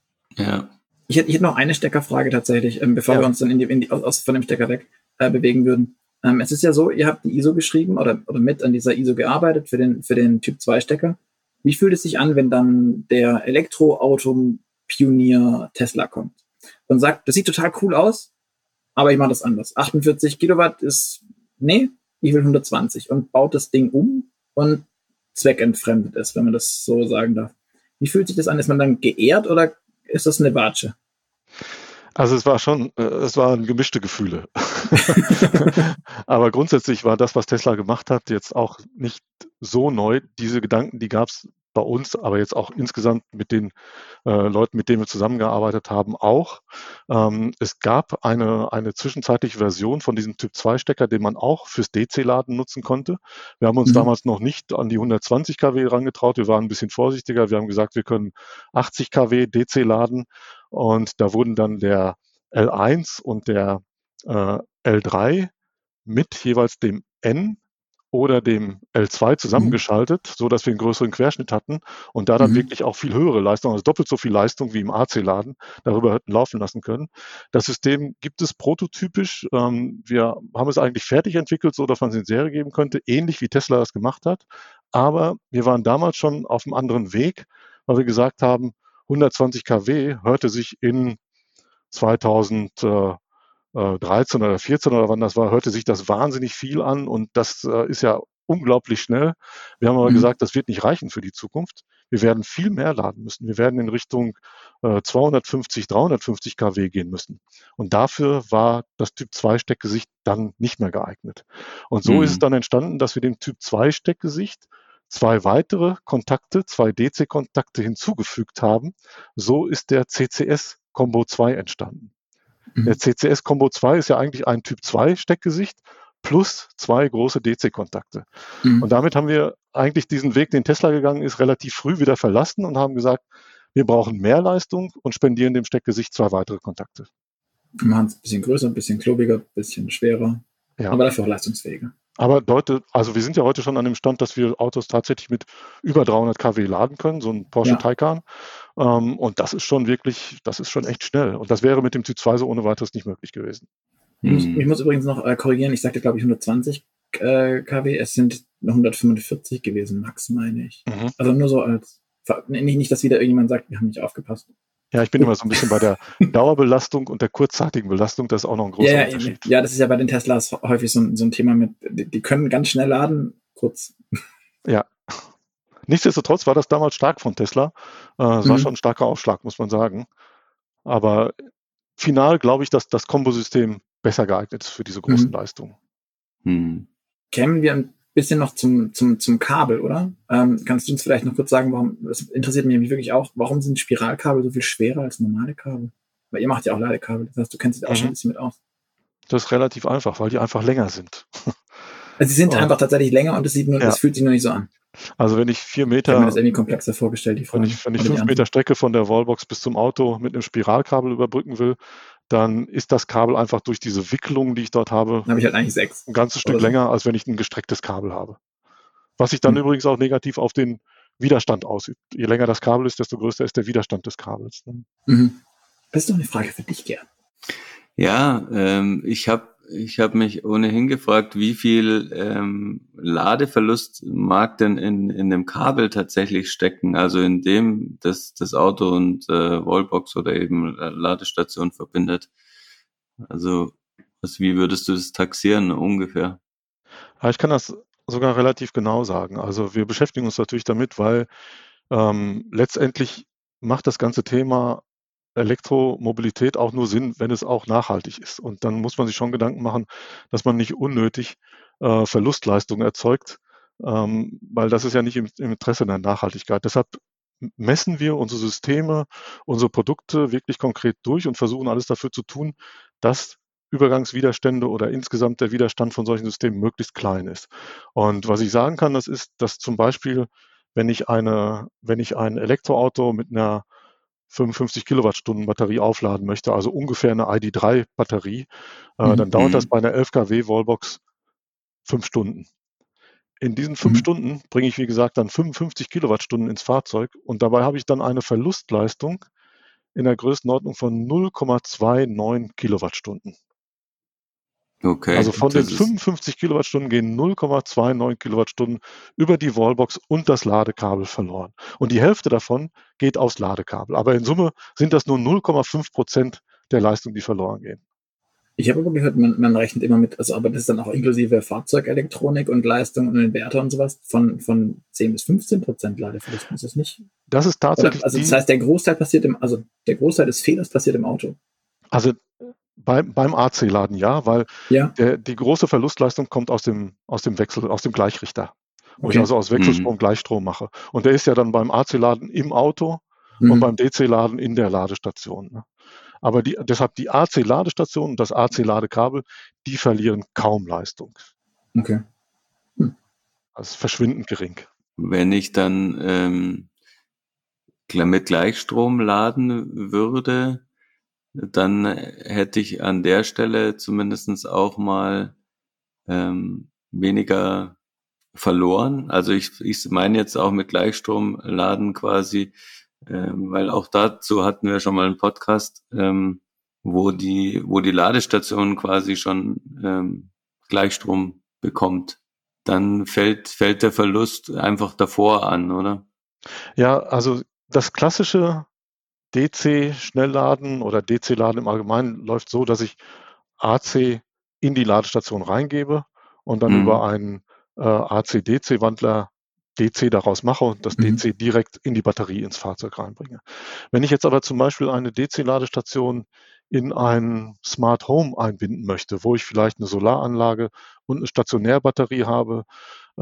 Ich hätte noch eine Steckerfrage tatsächlich, bevor wir uns dann von dem Stecker weg bewegen würden. Es ist ja so, ihr habt die ISO geschrieben oder mit an dieser ISO gearbeitet für den Typ 2 Stecker. Wie fühlt es sich an, wenn dann der Elektroauto-Pionier Tesla kommt und sagt, das sieht total cool aus, aber ich mache das anders. 48 Kilowatt ich will 120 und baut das Ding um und zweckentfremdet es, wenn man das so sagen darf. Wie fühlt sich das an? Ist man dann geehrt oder ist das eine Watsche? Also es waren gemischte Gefühle. Aber grundsätzlich war das, was Tesla gemacht hat, jetzt auch nicht so neu. Diese Gedanken, die gab es bei uns, aber jetzt auch insgesamt mit den Leuten, mit denen wir zusammengearbeitet haben, auch. Es gab eine zwischenzeitliche Version von diesem Typ-2-Stecker, den man auch fürs DC-Laden nutzen konnte. Wir haben uns damals noch nicht an die 120 kW rangetraut. Wir waren ein bisschen vorsichtiger. Wir haben gesagt, wir können 80 kW DC laden. Und da wurden dann der L1 und der L3 mit jeweils dem N oder dem L2 zusammengeschaltet, so dass wir einen größeren Querschnitt hatten und da dann wirklich auch viel höhere Leistung, also doppelt so viel Leistung wie im AC-Laden, darüber hätten laufen lassen können. Das System gibt es prototypisch. Wir haben es eigentlich fertig entwickelt, so dass man es in Serie geben könnte, ähnlich wie Tesla das gemacht hat. Aber wir waren damals schon auf einem anderen Weg, weil wir gesagt haben, 120 kW hörte sich in 2013 oder 14 oder wann das war, hörte sich das wahnsinnig viel an und das ist ja unglaublich schnell. Wir haben aber gesagt, das wird nicht reichen für die Zukunft. Wir werden viel mehr laden müssen. Wir werden in Richtung 250, 350 kW gehen müssen. Und dafür war das Typ-2-Steckgesicht dann nicht mehr geeignet. Und so ist es dann entstanden, dass wir dem Typ-2-Steckgesicht 2 weitere Kontakte, 2 DC-Kontakte hinzugefügt haben. So ist der CCS Combo 2 entstanden. Der CCS Combo 2 ist ja eigentlich ein Typ 2 Steckgesicht plus 2 große DC-Kontakte. Und damit haben wir eigentlich diesen Weg, den Tesla gegangen ist, relativ früh wieder verlassen und haben gesagt, Wir brauchen mehr Leistung und spendieren dem Steckgesicht 2 weitere Kontakte. Wir machen es ein bisschen größer, ein bisschen klobiger, ein bisschen schwerer, Ja. aber dafür auch leistungsfähiger. Aber also wir sind ja heute schon an dem Stand, dass wir Autos tatsächlich mit über 300 kW laden können, so ein Porsche Taycan. Und das ist schon echt schnell. Und das wäre mit dem Typ 2 so ohne weiteres nicht möglich gewesen. Ich muss übrigens noch korrigieren, ich sagte, glaube ich, 120 kW, es sind 145 gewesen, max, meine ich. Also nur so als, nicht, dass wieder irgendjemand sagt, wir haben nicht aufgepasst. Ja, ich bin immer so ein bisschen bei der Dauerbelastung und der kurzzeitigen Belastung, das ist auch noch ein großer Unterschied. Ja, das ist ja bei den Teslas häufig so ein Thema mit, die können ganz schnell laden, kurz. Ja. Nichtsdestotrotz war das damals stark von Tesla. Es war schon ein starker Aufschlag, muss man sagen. Aber final glaube ich, dass das Kombosystem besser geeignet ist für diese großen Leistungen. Kämen wir ein bisschen noch zum Kabel, oder? Kannst du uns vielleicht noch kurz sagen, warum, das interessiert mich wirklich auch, warum sind Spiralkabel so viel schwerer als normale Kabel? Weil ihr macht ja auch Ladekabel, das heißt, du kennst dich auch schon ein bisschen mit aus. Das ist relativ einfach, weil die einfach länger sind. Also sie sind einfach tatsächlich länger und es fühlt sich nur nicht so an. Also wenn ich 4 Meter... Ich habe mir das irgendwie komplexer vorgestellt, die Frage. Wenn ich 5 Meter Strecke von der Wallbox bis zum Auto mit einem Spiralkabel überbrücken will, dann ist das Kabel einfach durch diese Wicklung, die ich dort habe, habe ich halt eigentlich 6. Ein ganzes Stück länger, als wenn ich ein gestrecktes Kabel habe. Was sich dann übrigens auch negativ auf den Widerstand ausübt. Je länger das Kabel ist, desto größer ist der Widerstand des Kabels. Das ist doch eine Frage für dich, Gerd. Ja, ich hab mich ohnehin gefragt, wie viel Ladeverlust mag denn in dem Kabel tatsächlich stecken, also in dem das Auto und Wallbox oder eben Ladestation verbindet. Also wie würdest du das taxieren ungefähr? Ja, ich kann das sogar relativ genau sagen. Also wir beschäftigen uns natürlich damit, weil letztendlich macht das ganze Thema Elektromobilität auch nur Sinn, wenn es auch nachhaltig ist. Und dann muss man sich schon Gedanken machen, dass man nicht unnötig Verlustleistungen erzeugt, weil das ist ja nicht im Interesse der Nachhaltigkeit. Deshalb messen wir unsere Systeme, unsere Produkte wirklich konkret durch und versuchen alles dafür zu tun, dass Übergangswiderstände oder insgesamt der Widerstand von solchen Systemen möglichst klein ist. Und was ich sagen kann, das ist, dass zum Beispiel, wenn ich ein Elektroauto mit einer 55 Kilowattstunden Batterie aufladen möchte, also ungefähr eine ID3 Batterie, dann dauert das bei einer 11 kW Wallbox 5 Stunden. In diesen 5 Stunden bringe ich, wie gesagt, dann 55 Kilowattstunden ins Fahrzeug und dabei habe ich dann eine Verlustleistung in der Größenordnung von 0,29 Kilowattstunden. Okay. Also von den 55 Kilowattstunden gehen 0,29 Kilowattstunden über die Wallbox und das Ladekabel verloren. Und die Hälfte davon geht aufs Ladekabel. Aber in Summe sind das nur 0,5% der Leistung, die verloren gehen. Ich habe aber gehört, man rechnet immer mit, also aber das ist dann auch inklusive Fahrzeugelektronik und Leistung und Inverter und sowas von 10 bis 15% Ladeverlust. Ist das nicht? Das ist tatsächlich. Also das heißt, der Großteil des Fehlers passiert im Auto. Also beim AC-Laden ja, weil die große Verlustleistung kommt aus dem Wechsel, aus dem Gleichrichter, wo ich also aus Wechselstrom Gleichstrom mache. Und der ist ja dann beim AC-Laden im Auto und beim DC-Laden in der Ladestation. Ne? Aber deshalb die AC-Ladestation und das AC-Ladekabel, die verlieren kaum Leistung. Okay. Also verschwindend gering. Wenn ich dann mit Gleichstrom laden würde, dann hätte ich an der Stelle zumindestens auch mal weniger verloren. Also ich meine jetzt auch mit Gleichstrom laden quasi, weil auch dazu hatten wir schon mal einen Podcast, wo die Ladestation quasi schon Gleichstrom bekommt. Dann fällt der Verlust einfach davor an, oder? Ja, also das klassische DC-Schnellladen oder DC-Laden im Allgemeinen läuft so, dass ich AC in die Ladestation reingebe und dann über einen AC-DC-Wandler DC daraus mache und das DC direkt in die Batterie ins Fahrzeug reinbringe. Wenn ich jetzt aber zum Beispiel eine DC-Ladestation in ein Smart Home einbinden möchte, wo ich vielleicht eine Solaranlage und eine Stationärbatterie habe,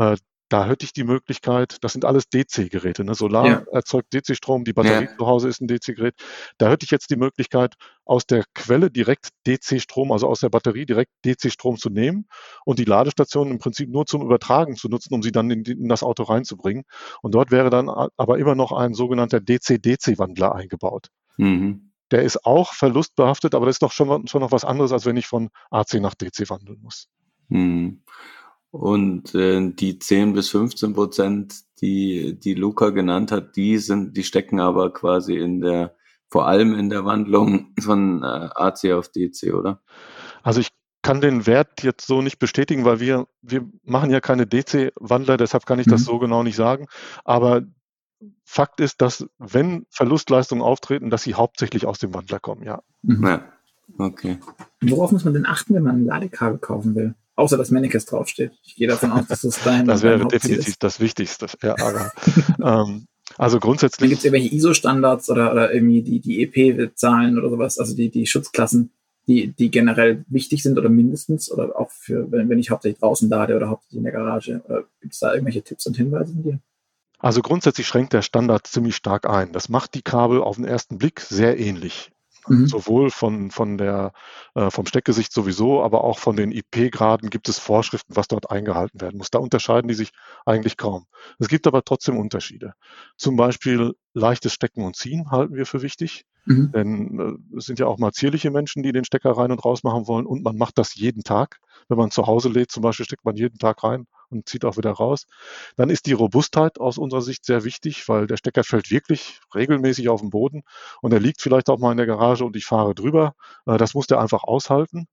da hätte ich die Möglichkeit, das sind alles DC-Geräte, ne? Solar Ja. erzeugt DC-Strom, die Batterie Ja. zu Hause ist ein DC-Gerät. Da hätte ich jetzt die Möglichkeit, aus der Quelle direkt DC-Strom, also aus der Batterie direkt DC-Strom zu nehmen und die Ladestation im Prinzip nur zum Übertragen zu nutzen, um sie dann in das Auto reinzubringen. Und dort wäre dann aber immer noch ein sogenannter DC-DC-Wandler eingebaut. Mhm. Der ist auch verlustbehaftet, aber das ist doch schon noch was anderes, als wenn ich von AC nach DC wandeln muss. Mhm. Und die 10-15%, die Luca genannt hat, die stecken aber quasi vor allem in der Wandlung von AC auf DC, oder? Also ich kann den Wert jetzt so nicht bestätigen, weil wir machen ja keine DC-Wandler, deshalb kann ich das so genau nicht sagen. Aber Fakt ist, dass wenn Verlustleistungen auftreten, dass sie hauptsächlich aus dem Wandler kommen, ja. Ja, okay. Worauf muss man denn achten, wenn man ein Ladekabel kaufen will? Außer dass Mennekes draufsteht. Ich gehe davon aus, dass das Das wäre dein Hauptziel definitiv ist. das Wichtigste. Ja, aber also Dann grundsätzlich. gibt es irgendwelche ISO-Standards oder irgendwie die EP-Zahlen oder sowas, also die Schutzklassen, die generell wichtig sind oder mindestens oder auch für, wenn ich hauptsächlich draußen lade oder hauptsächlich in der Garage. Oder gibt es da irgendwelche Tipps und Hinweise von dir? Also grundsätzlich schränkt der Standard ziemlich stark ein. Das macht die Kabel auf den ersten Blick sehr ähnlich. Sowohl vom Steckgesicht sowieso, aber auch von den IP-Graden gibt es Vorschriften, was dort eingehalten werden muss. Da unterscheiden die sich eigentlich kaum. Es gibt aber trotzdem Unterschiede. Zum Beispiel leichtes Stecken und Ziehen halten wir für wichtig. Denn es sind ja auch mal zierliche Menschen, die den Stecker rein und raus machen wollen und man macht das jeden Tag. Wenn man zu Hause lädt, zum Beispiel, steckt man jeden Tag rein und zieht auch wieder raus. Dann ist die Robustheit aus unserer Sicht sehr wichtig, weil der Stecker fällt wirklich regelmäßig auf den Boden und er liegt vielleicht auch mal in der Garage und ich fahre drüber. Das muss der einfach aushalten.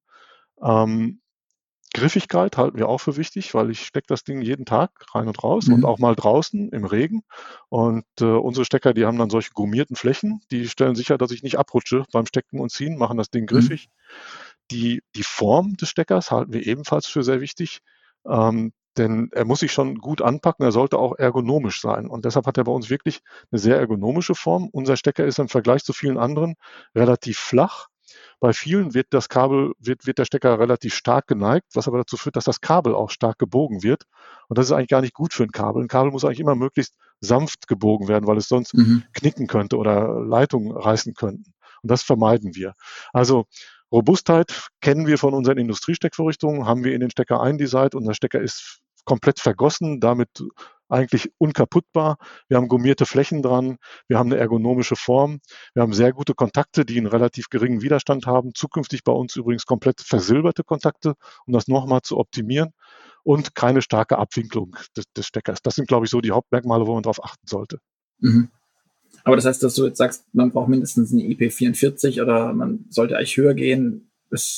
Griffigkeit halten wir auch für wichtig, weil ich stecke das Ding jeden Tag rein und raus und auch mal draußen im Regen. Und unsere Stecker, die haben dann solche gummierten Flächen, die stellen sicher, dass ich nicht abrutsche beim Stecken und Ziehen, machen das Ding griffig. Die Form des Steckers halten wir ebenfalls für sehr wichtig, denn er muss sich schon gut anpacken, er sollte auch ergonomisch sein. Und deshalb hat er bei uns wirklich eine sehr ergonomische Form. Unser Stecker ist im Vergleich zu vielen anderen relativ flach. Bei vielen wird der Stecker relativ stark geneigt, was aber dazu führt, dass das Kabel auch stark gebogen wird. Und das ist eigentlich gar nicht gut für ein Kabel. Ein Kabel muss eigentlich immer möglichst sanft gebogen werden, weil es sonst knicken könnte oder Leitungen reißen könnten. Und das vermeiden wir. Also Robustheit kennen wir von unseren Industriesteckvorrichtungen, haben wir in den Stecker eindesignt. Unser Stecker ist komplett vergossen, damit eigentlich unkaputtbar. Wir haben gummierte Flächen dran, wir haben eine ergonomische Form, wir haben sehr gute Kontakte, die einen relativ geringen Widerstand haben. Zukünftig bei uns übrigens komplett versilberte Kontakte, um das nochmal zu optimieren und keine starke Abwinklung des Steckers. Das sind, glaube ich, so die Hauptmerkmale, wo man darauf achten sollte. Aber das heißt, dass du jetzt sagst, man braucht mindestens eine IP44 oder man sollte eigentlich höher gehen.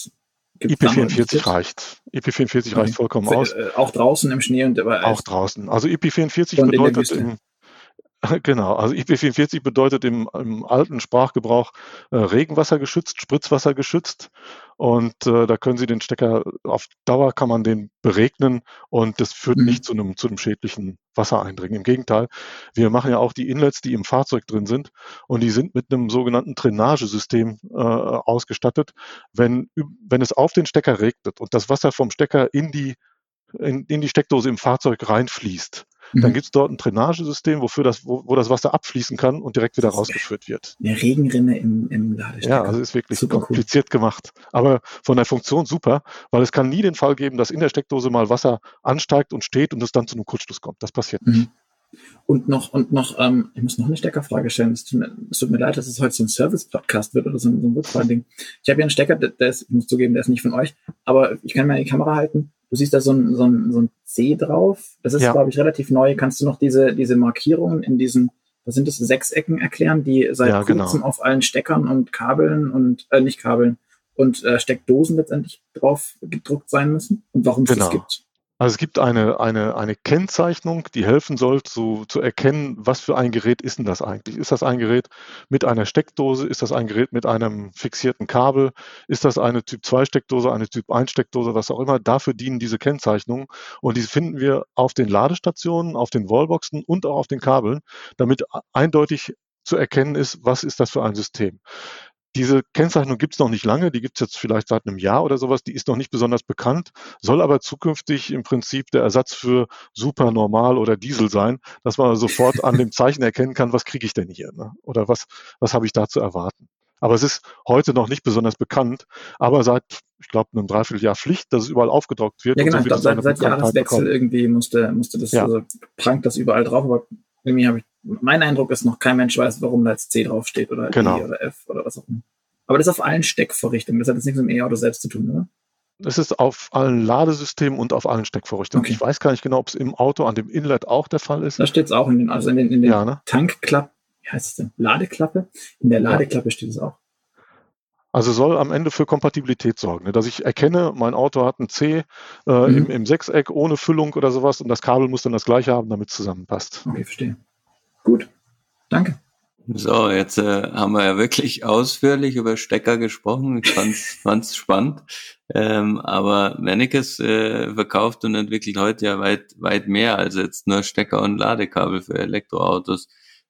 IP44 reicht. IP44 reicht vollkommen aus. Auch draußen im Schnee und auch draußen. Also IP44 bedeutet genau, also IP44 bedeutet im alten Sprachgebrauch Regenwasser geschützt, Spritzwasser geschützt. Und da können Sie den Stecker, auf Dauer kann man den beregnen und das führt nicht zu einem schädlichen Wassereindringen. Im Gegenteil, wir machen ja auch die Inlets, die im Fahrzeug drin sind und die sind mit einem sogenannten Drainagesystem ausgestattet. Wenn es auf den Stecker regnet und das Wasser vom Stecker in die Steckdose im Fahrzeug reinfließt, dann gibt es dort ein Drainagesystem, wo das Wasser abfließen kann und direkt wieder rausgeführt wird. Eine Regenrinne im Ladestecker. Ja, also ist wirklich super kompliziert gemacht. Aber von der Funktion super, weil es kann nie den Fall geben, dass in der Steckdose mal Wasser ansteigt und steht und es dann zu einem Kurzschluss kommt. Das passiert nicht. Und noch, ich muss noch eine Steckerfrage stellen. Es tut mir leid, dass es heute so ein Service-Podcast wird oder so ein Rückfragen-Ding. Ich habe hier einen Stecker, ich muss zugeben, der ist nicht von euch, aber ich kann mal die Kamera halten. Du siehst da so ein C drauf. Das ist, glaube ich, relativ neu. Kannst du noch diese Markierungen in diesen, was sind das, Sechsecken erklären, die seit kurzem auf allen Steckern und Kabeln und, nicht Kabeln, und Steckdosen letztendlich drauf gedruckt sein müssen? Und warum es das gibt? Also es gibt eine Kennzeichnung, die helfen soll, zu erkennen, was für ein Gerät ist denn das eigentlich? Ist das ein Gerät mit einer Steckdose? Ist das ein Gerät mit einem fixierten Kabel? Ist das eine Typ-2-Steckdose, eine Typ-1-Steckdose, was auch immer? Dafür dienen diese Kennzeichnungen. Und die finden wir auf den Ladestationen, auf den Wallboxen und auch auf den Kabeln, damit eindeutig zu erkennen ist, was ist das für ein System. Diese Kennzeichnung gibt es noch nicht lange, die gibt es jetzt vielleicht seit einem Jahr oder sowas, die ist noch nicht besonders bekannt, soll aber zukünftig im Prinzip der Ersatz für Super, Normal oder Diesel sein, dass man sofort an dem Zeichen erkennen kann, was kriege ich denn hier, ne? Oder was habe ich da zu erwarten. Aber es ist heute noch nicht besonders bekannt, aber seit, ich glaube, einem Dreivierteljahr Pflicht, dass es überall aufgedruckt wird Ja, und genau, so ich wird glaube, es seine seit Bekanntheit Jahreswechsel bekommen. irgendwie musste das, Ja, also prangt das überall drauf, aber irgendwie mein Eindruck ist noch, kein Mensch weiß, warum da jetzt C draufsteht oder E genau. oder F oder was auch immer. Aber das ist auf allen Steckvorrichtungen, das hat jetzt nichts mit dem E-Auto selbst zu tun, oder? Es ist auf allen Ladesystemen und auf allen Steckvorrichtungen. Okay. Ich weiß gar nicht genau, ob es im Auto an dem Inlet auch der Fall ist. Da steht es auch in den Ja, ne? Tankklappen, wie heißt es denn? Ladeklappe? In der Ja. Ladeklappe steht es auch. Also soll am Ende für Kompatibilität sorgen, ne? Dass ich erkenne, mein Auto hat ein C im Sechseck ohne Füllung oder sowas und das Kabel muss dann das gleiche haben, damit es zusammenpasst. Okay, verstehe. Gut, danke. So, jetzt haben wir ja wirklich ausführlich über Stecker gesprochen. Ich fand's spannend. Aber Mennekes verkauft und entwickelt heute ja weit mehr als jetzt nur Stecker und Ladekabel für Elektroautos.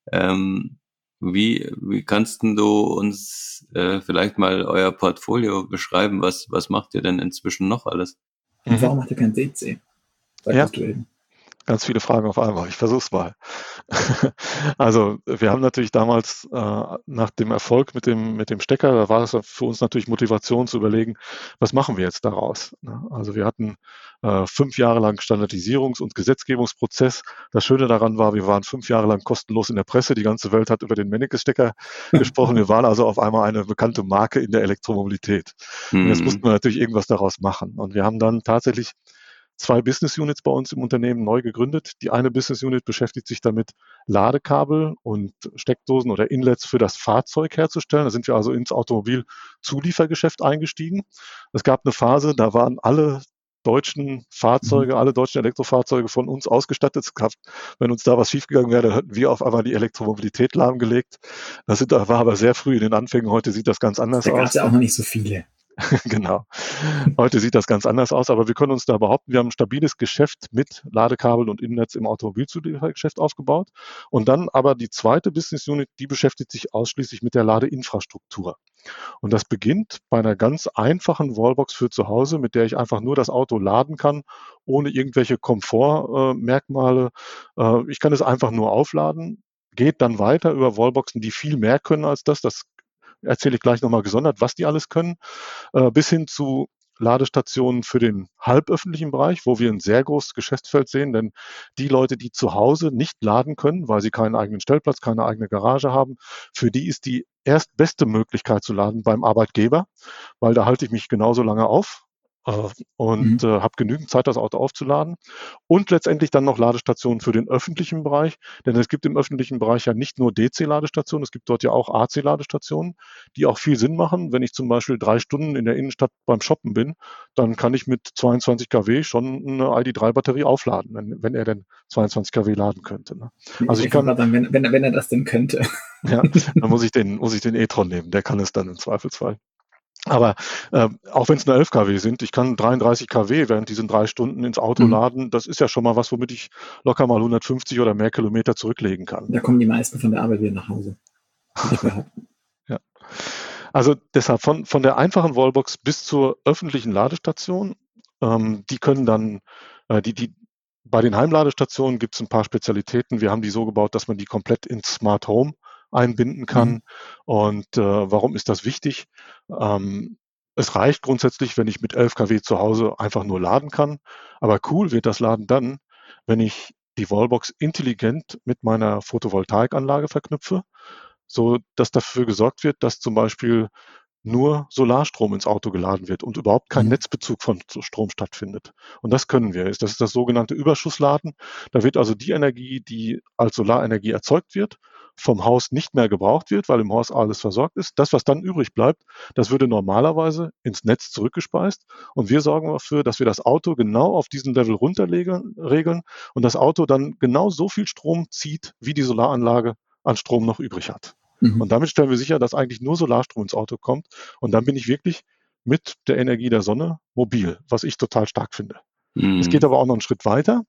Wie kannst denn du uns vielleicht mal euer Portfolio beschreiben? Was macht ihr denn inzwischen noch alles? Und warum macht ihr kein DC? Sagtest du eben. Ganz viele Fragen auf einmal. Ich versuch's mal. Also wir haben natürlich damals nach dem Erfolg mit dem Stecker, da war es für uns natürlich Motivation zu überlegen, was machen wir jetzt daraus? Also wir hatten 5 Jahre lang Standardisierungs- und Gesetzgebungsprozess. Das Schöne daran war, wir waren 5 Jahre lang kostenlos in der Presse. Die ganze Welt hat über den Mennekes-Stecker gesprochen. Wir waren also auf einmal eine bekannte Marke in der Elektromobilität. Und jetzt mussten wir natürlich irgendwas daraus machen. Und wir haben dann tatsächlich 2 Business Units bei uns im Unternehmen neu gegründet. Die eine Business Unit beschäftigt sich damit, Ladekabel und Steckdosen oder Inlets für das Fahrzeug herzustellen. Da sind wir also ins Automobilzuliefergeschäft eingestiegen. Es gab eine Phase, da waren alle deutschen Fahrzeuge, alle deutschen Elektrofahrzeuge von uns ausgestattet. Wenn uns da was schiefgegangen wäre, dann hätten wir auf einmal die Elektromobilität lahmgelegt. War aber sehr früh in den Anfängen. Heute sieht das ganz anders Da gab aus. es ja auch noch nicht so viele. Genau. Heute sieht das ganz anders aus, aber wir können uns da behaupten, wir haben ein stabiles Geschäft mit Ladekabel und Innennetz im Automobilzuliefergeschäft aufgebaut. Und dann aber die zweite Business Unit, die beschäftigt sich ausschließlich mit der Ladeinfrastruktur. Und das beginnt bei einer ganz einfachen Wallbox für zu Hause, mit der ich einfach nur das Auto laden kann, ohne irgendwelche Komfortmerkmale. Ich kann es einfach nur aufladen, geht dann weiter über Wallboxen, die viel mehr können als das. Das erzähle ich gleich nochmal gesondert, was die alles können, bis hin zu Ladestationen für den halböffentlichen Bereich, wo wir ein sehr großes Geschäftsfeld sehen, denn die Leute, die zu Hause nicht laden können, weil sie keinen eigenen Stellplatz, keine eigene Garage haben, für die ist die erstbeste Möglichkeit zu laden beim Arbeitgeber, weil da halte ich mich genauso lange auf und habe genügend Zeit, das Auto aufzuladen. Und letztendlich dann noch Ladestationen für den öffentlichen Bereich, denn es gibt im öffentlichen Bereich ja nicht nur DC-Ladestationen, es gibt dort ja auch AC-Ladestationen, die auch viel Sinn machen. Wenn ich zum Beispiel 3 Stunden in der Innenstadt beim Shoppen bin, dann kann ich mit 22 kW schon eine ID3-Batterie aufladen, wenn er denn 22 kW laden könnte. Ne? Also ich kann, sagen, wenn er das denn könnte. ja, dann muss ich den e-tron nehmen, der kann es dann im Zweifelsfall. Aber auch wenn es nur 11 kW sind, ich kann 33 kW während diesen 3 Stunden ins Auto laden. Das ist ja schon mal was, womit ich locker mal 150 oder mehr Kilometer zurücklegen kann. Da kommen die meisten von der Arbeit wieder nach Hause. Ja. Also deshalb von der einfachen Wallbox bis zur öffentlichen Ladestation, die können dann, bei den Heimladestationen gibt es ein paar Spezialitäten. Wir haben die so gebaut, dass man die komplett ins Smart Home einbinden kann. Und warum ist das wichtig? Es reicht grundsätzlich, wenn ich mit 11 kW zu Hause einfach nur laden kann. Aber cool wird das Laden dann, wenn ich die Wallbox intelligent mit meiner Photovoltaikanlage verknüpfe, so dass dafür gesorgt wird, dass zum Beispiel nur Solarstrom ins Auto geladen wird und überhaupt kein Netzbezug von Strom stattfindet. Und das können wir. Das ist das sogenannte Überschussladen. Da wird also die Energie, die als Solarenergie erzeugt wird, vom Haus nicht mehr gebraucht wird, weil im Haus alles versorgt ist. Das, was dann übrig bleibt, das würde normalerweise ins Netz zurückgespeist. Und wir sorgen dafür, dass wir das Auto genau auf diesen Level regeln und das Auto dann genau so viel Strom zieht, wie die Solaranlage an Strom noch übrig hat. Und damit stellen wir sicher, dass eigentlich nur Solarstrom ins Auto kommt. Und dann bin ich wirklich mit der Energie der Sonne mobil, was ich total stark finde. Es geht aber auch noch einen Schritt weiter.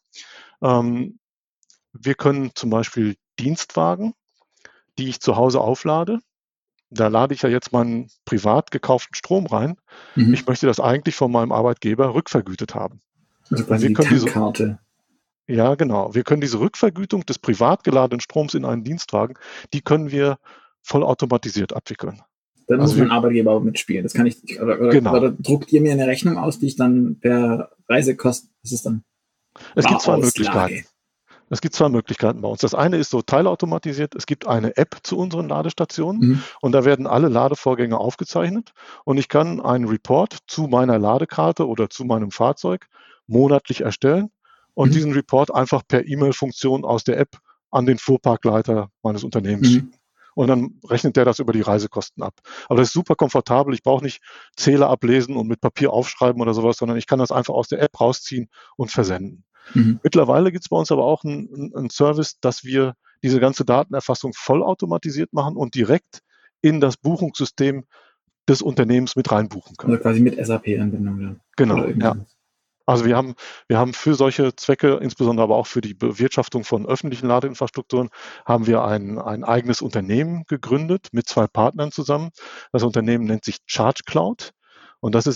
Wir können zum Beispiel Dienstwagen, die ich zu Hause auflade, da lade ich ja jetzt meinen privat gekauften Strom rein. Mhm. Ich möchte das eigentlich von meinem Arbeitgeber rückvergütet haben. Also Und quasi wir die können Tankkarte. ja, genau. Wir können diese Rückvergütung des privat geladenen Stroms in einen Dienstwagen, die können wir vollautomatisiert abwickeln. Da muss Also mein wir, Arbeitgeber auch mitspielen. Das kann ich, genau. oder druckt ihr mir eine Rechnung aus, die ich dann per Reisekosten, das ist dann Es gibt zwei Barauslage. Möglichkeiten. Es gibt zwei Möglichkeiten bei uns. Das eine ist so teilautomatisiert. Es gibt eine App zu unseren Ladestationen Mhm. und da werden alle Ladevorgänge aufgezeichnet und ich kann einen Report zu meiner Ladekarte oder zu meinem Fahrzeug monatlich erstellen und Mhm. diesen Report einfach per E-Mail-Funktion aus der App an den Fuhrparkleiter meines Unternehmens Mhm. schicken. Und dann rechnet der das über die Reisekosten ab. Aber das ist super komfortabel. Ich brauche nicht Zähler ablesen und mit Papier aufschreiben oder sowas, sondern ich kann das einfach aus der App rausziehen und versenden. Mhm. Mittlerweile gibt es bei uns aber auch einen Service, dass wir diese ganze Datenerfassung vollautomatisiert machen und direkt in das Buchungssystem des Unternehmens mit reinbuchen Also können. quasi mit SAP-Anbindung dann. Oder Genau, irgendwie ja. so. Also wir haben für solche Zwecke, insbesondere aber auch für die Bewirtschaftung von öffentlichen Ladeinfrastrukturen, haben wir ein eigenes Unternehmen gegründet mit 2 Partnern zusammen. Das Unternehmen nennt sich Charge Cloud und das ist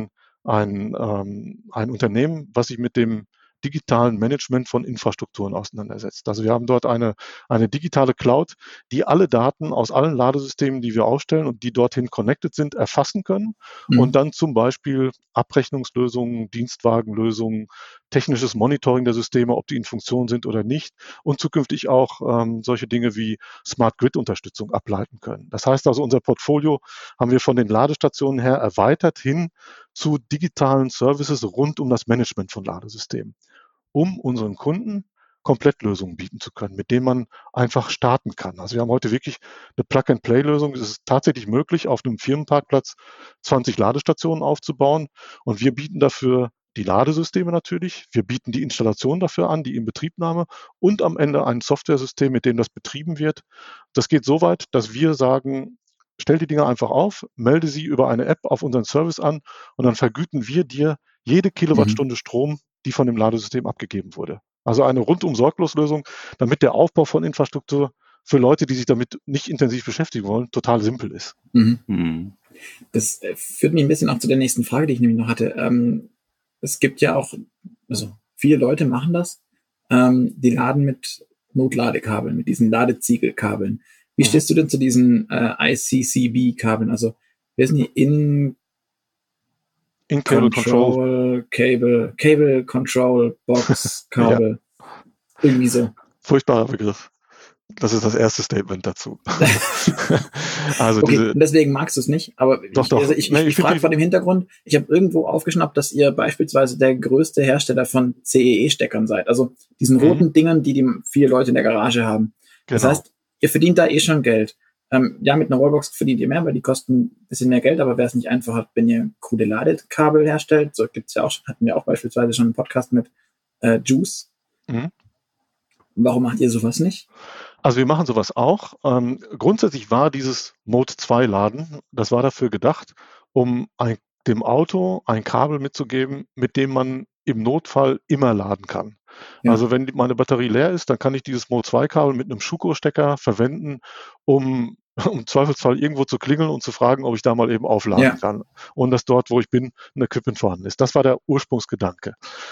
ein Unternehmen, was sich mit dem digitalen Management von Infrastrukturen auseinandersetzt. Also wir haben dort eine digitale Cloud, die alle Daten aus allen Ladesystemen, die wir aufstellen und die dorthin connected sind, erfassen können und Mhm. dann zum Beispiel Abrechnungslösungen, Dienstwagenlösungen, technisches Monitoring der Systeme, ob die in Funktion sind oder nicht und zukünftig auch solche Dinge wie Smart Grid-Unterstützung ableiten können. Das heißt also, unser Portfolio haben wir von den Ladestationen her erweitert hin zu digitalen Services rund um das Management von Ladesystemen, um unseren Kunden Komplettlösungen bieten zu können, mit denen man einfach starten kann. Also wir haben heute wirklich eine Plug-and-Play-Lösung. Es ist tatsächlich möglich, auf einem Firmenparkplatz 20 Ladestationen aufzubauen und wir bieten dafür die Ladesysteme natürlich. Wir bieten die Installation dafür an, die Inbetriebnahme und am Ende ein Softwaresystem, mit dem das betrieben wird. Das geht so weit, dass wir sagen, stell die Dinge einfach auf, melde sie über eine App auf unseren Service an und dann vergüten wir dir jede Mhm. Kilowattstunde Strom, die von dem Ladesystem abgegeben wurde. Also eine rundum sorglos Lösung, damit der Aufbau von Infrastruktur für Leute, die sich damit nicht intensiv beschäftigen wollen, total simpel ist. Mhm. Mhm. Das führt mich ein bisschen auch zu der nächsten Frage, die ich nämlich noch hatte. Es gibt ja auch, also viele Leute machen das, die laden mit Notladekabeln, mit diesen Ladeziegelkabeln. Wie Mhm. stehst du denn zu diesen ICCB-Kabeln? Also, wer sind die In-Cable Control. Cable Control Box Ja, Kabel? Irgendwie so. furchtbarer Begriff. Das ist das erste Statement dazu. Also Okay, diese, und deswegen magst du es nicht, aber doch, doch. Nee, ich ich finde frage vor dem Hintergrund, ich habe irgendwo aufgeschnappt, dass ihr beispielsweise der größte Hersteller von CEE-Steckern seid, also diesen roten Dingern, die viele Leute in der Garage haben. Das genau. heißt, ihr verdient da eh schon Geld. Ja, mit einer Wallbox verdient ihr mehr, weil die kosten ein bisschen mehr Geld, aber wäre es nicht einfacher, wenn ihr coole Ladekabel herstellt, so gibt's ja auch schon, hatten wir auch beispielsweise schon einen Podcast mit Juice. Mhm. Warum macht ihr sowas nicht? Also wir machen sowas auch. Grundsätzlich war dieses Mode 2 Laden, das war dafür gedacht, um dem Auto ein Kabel mitzugeben, mit dem man im Notfall immer laden kann. Ja, Also wenn meine Batterie leer ist, dann kann ich dieses Mode 2 Kabel mit einem Schuko-Stecker verwenden, um im Zweifelsfall irgendwo zu klingeln und zu fragen, ob ich da mal eben aufladen ja. kann. Und dass dort, wo ich bin, ein Equipment vorhanden ist. Das war der Ursprungsgedanke.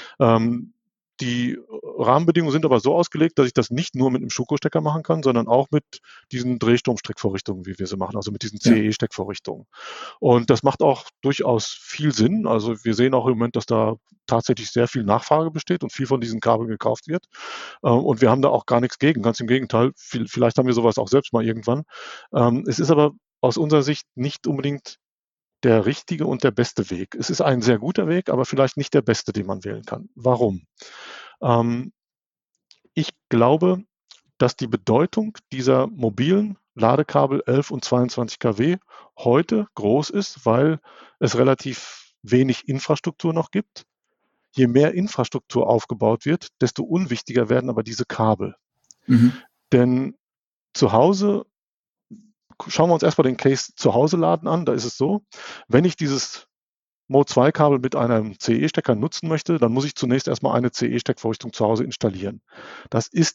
Die Rahmenbedingungen sind aber so ausgelegt, dass ich das nicht nur mit einem Schuko-Stecker machen kann, sondern auch mit diesen Drehstromsteckvorrichtungen, wie wir sie machen, also mit diesen Ja. CE-Steckvorrichtungen. Und das macht auch durchaus viel Sinn. Also wir sehen auch im Moment, dass da tatsächlich sehr viel Nachfrage besteht und viel von diesen Kabeln gekauft wird. Und wir haben da auch gar nichts gegen. Ganz im Gegenteil, vielleicht haben wir sowas auch selbst mal irgendwann. Es ist aber aus unserer Sicht nicht unbedingt der richtige und der beste Weg. Es ist ein sehr guter Weg, aber vielleicht nicht der beste, den man wählen kann. Warum? Ähm, Ich glaube, dass die Bedeutung dieser mobilen Ladekabel 11 und 22 kW heute groß ist, weil es relativ wenig Infrastruktur noch gibt. Je mehr Infrastruktur aufgebaut wird, desto unwichtiger werden aber diese Kabel. Mhm. Denn zu Hause, schauen wir uns erstmal den Case zu Hause laden an, da ist es so, wenn ich dieses Mode 2 Kabel mit einem CE-Stecker nutzen möchte, dann muss ich zunächst erstmal eine CE-Steckvorrichtung zu Hause installieren. Das ist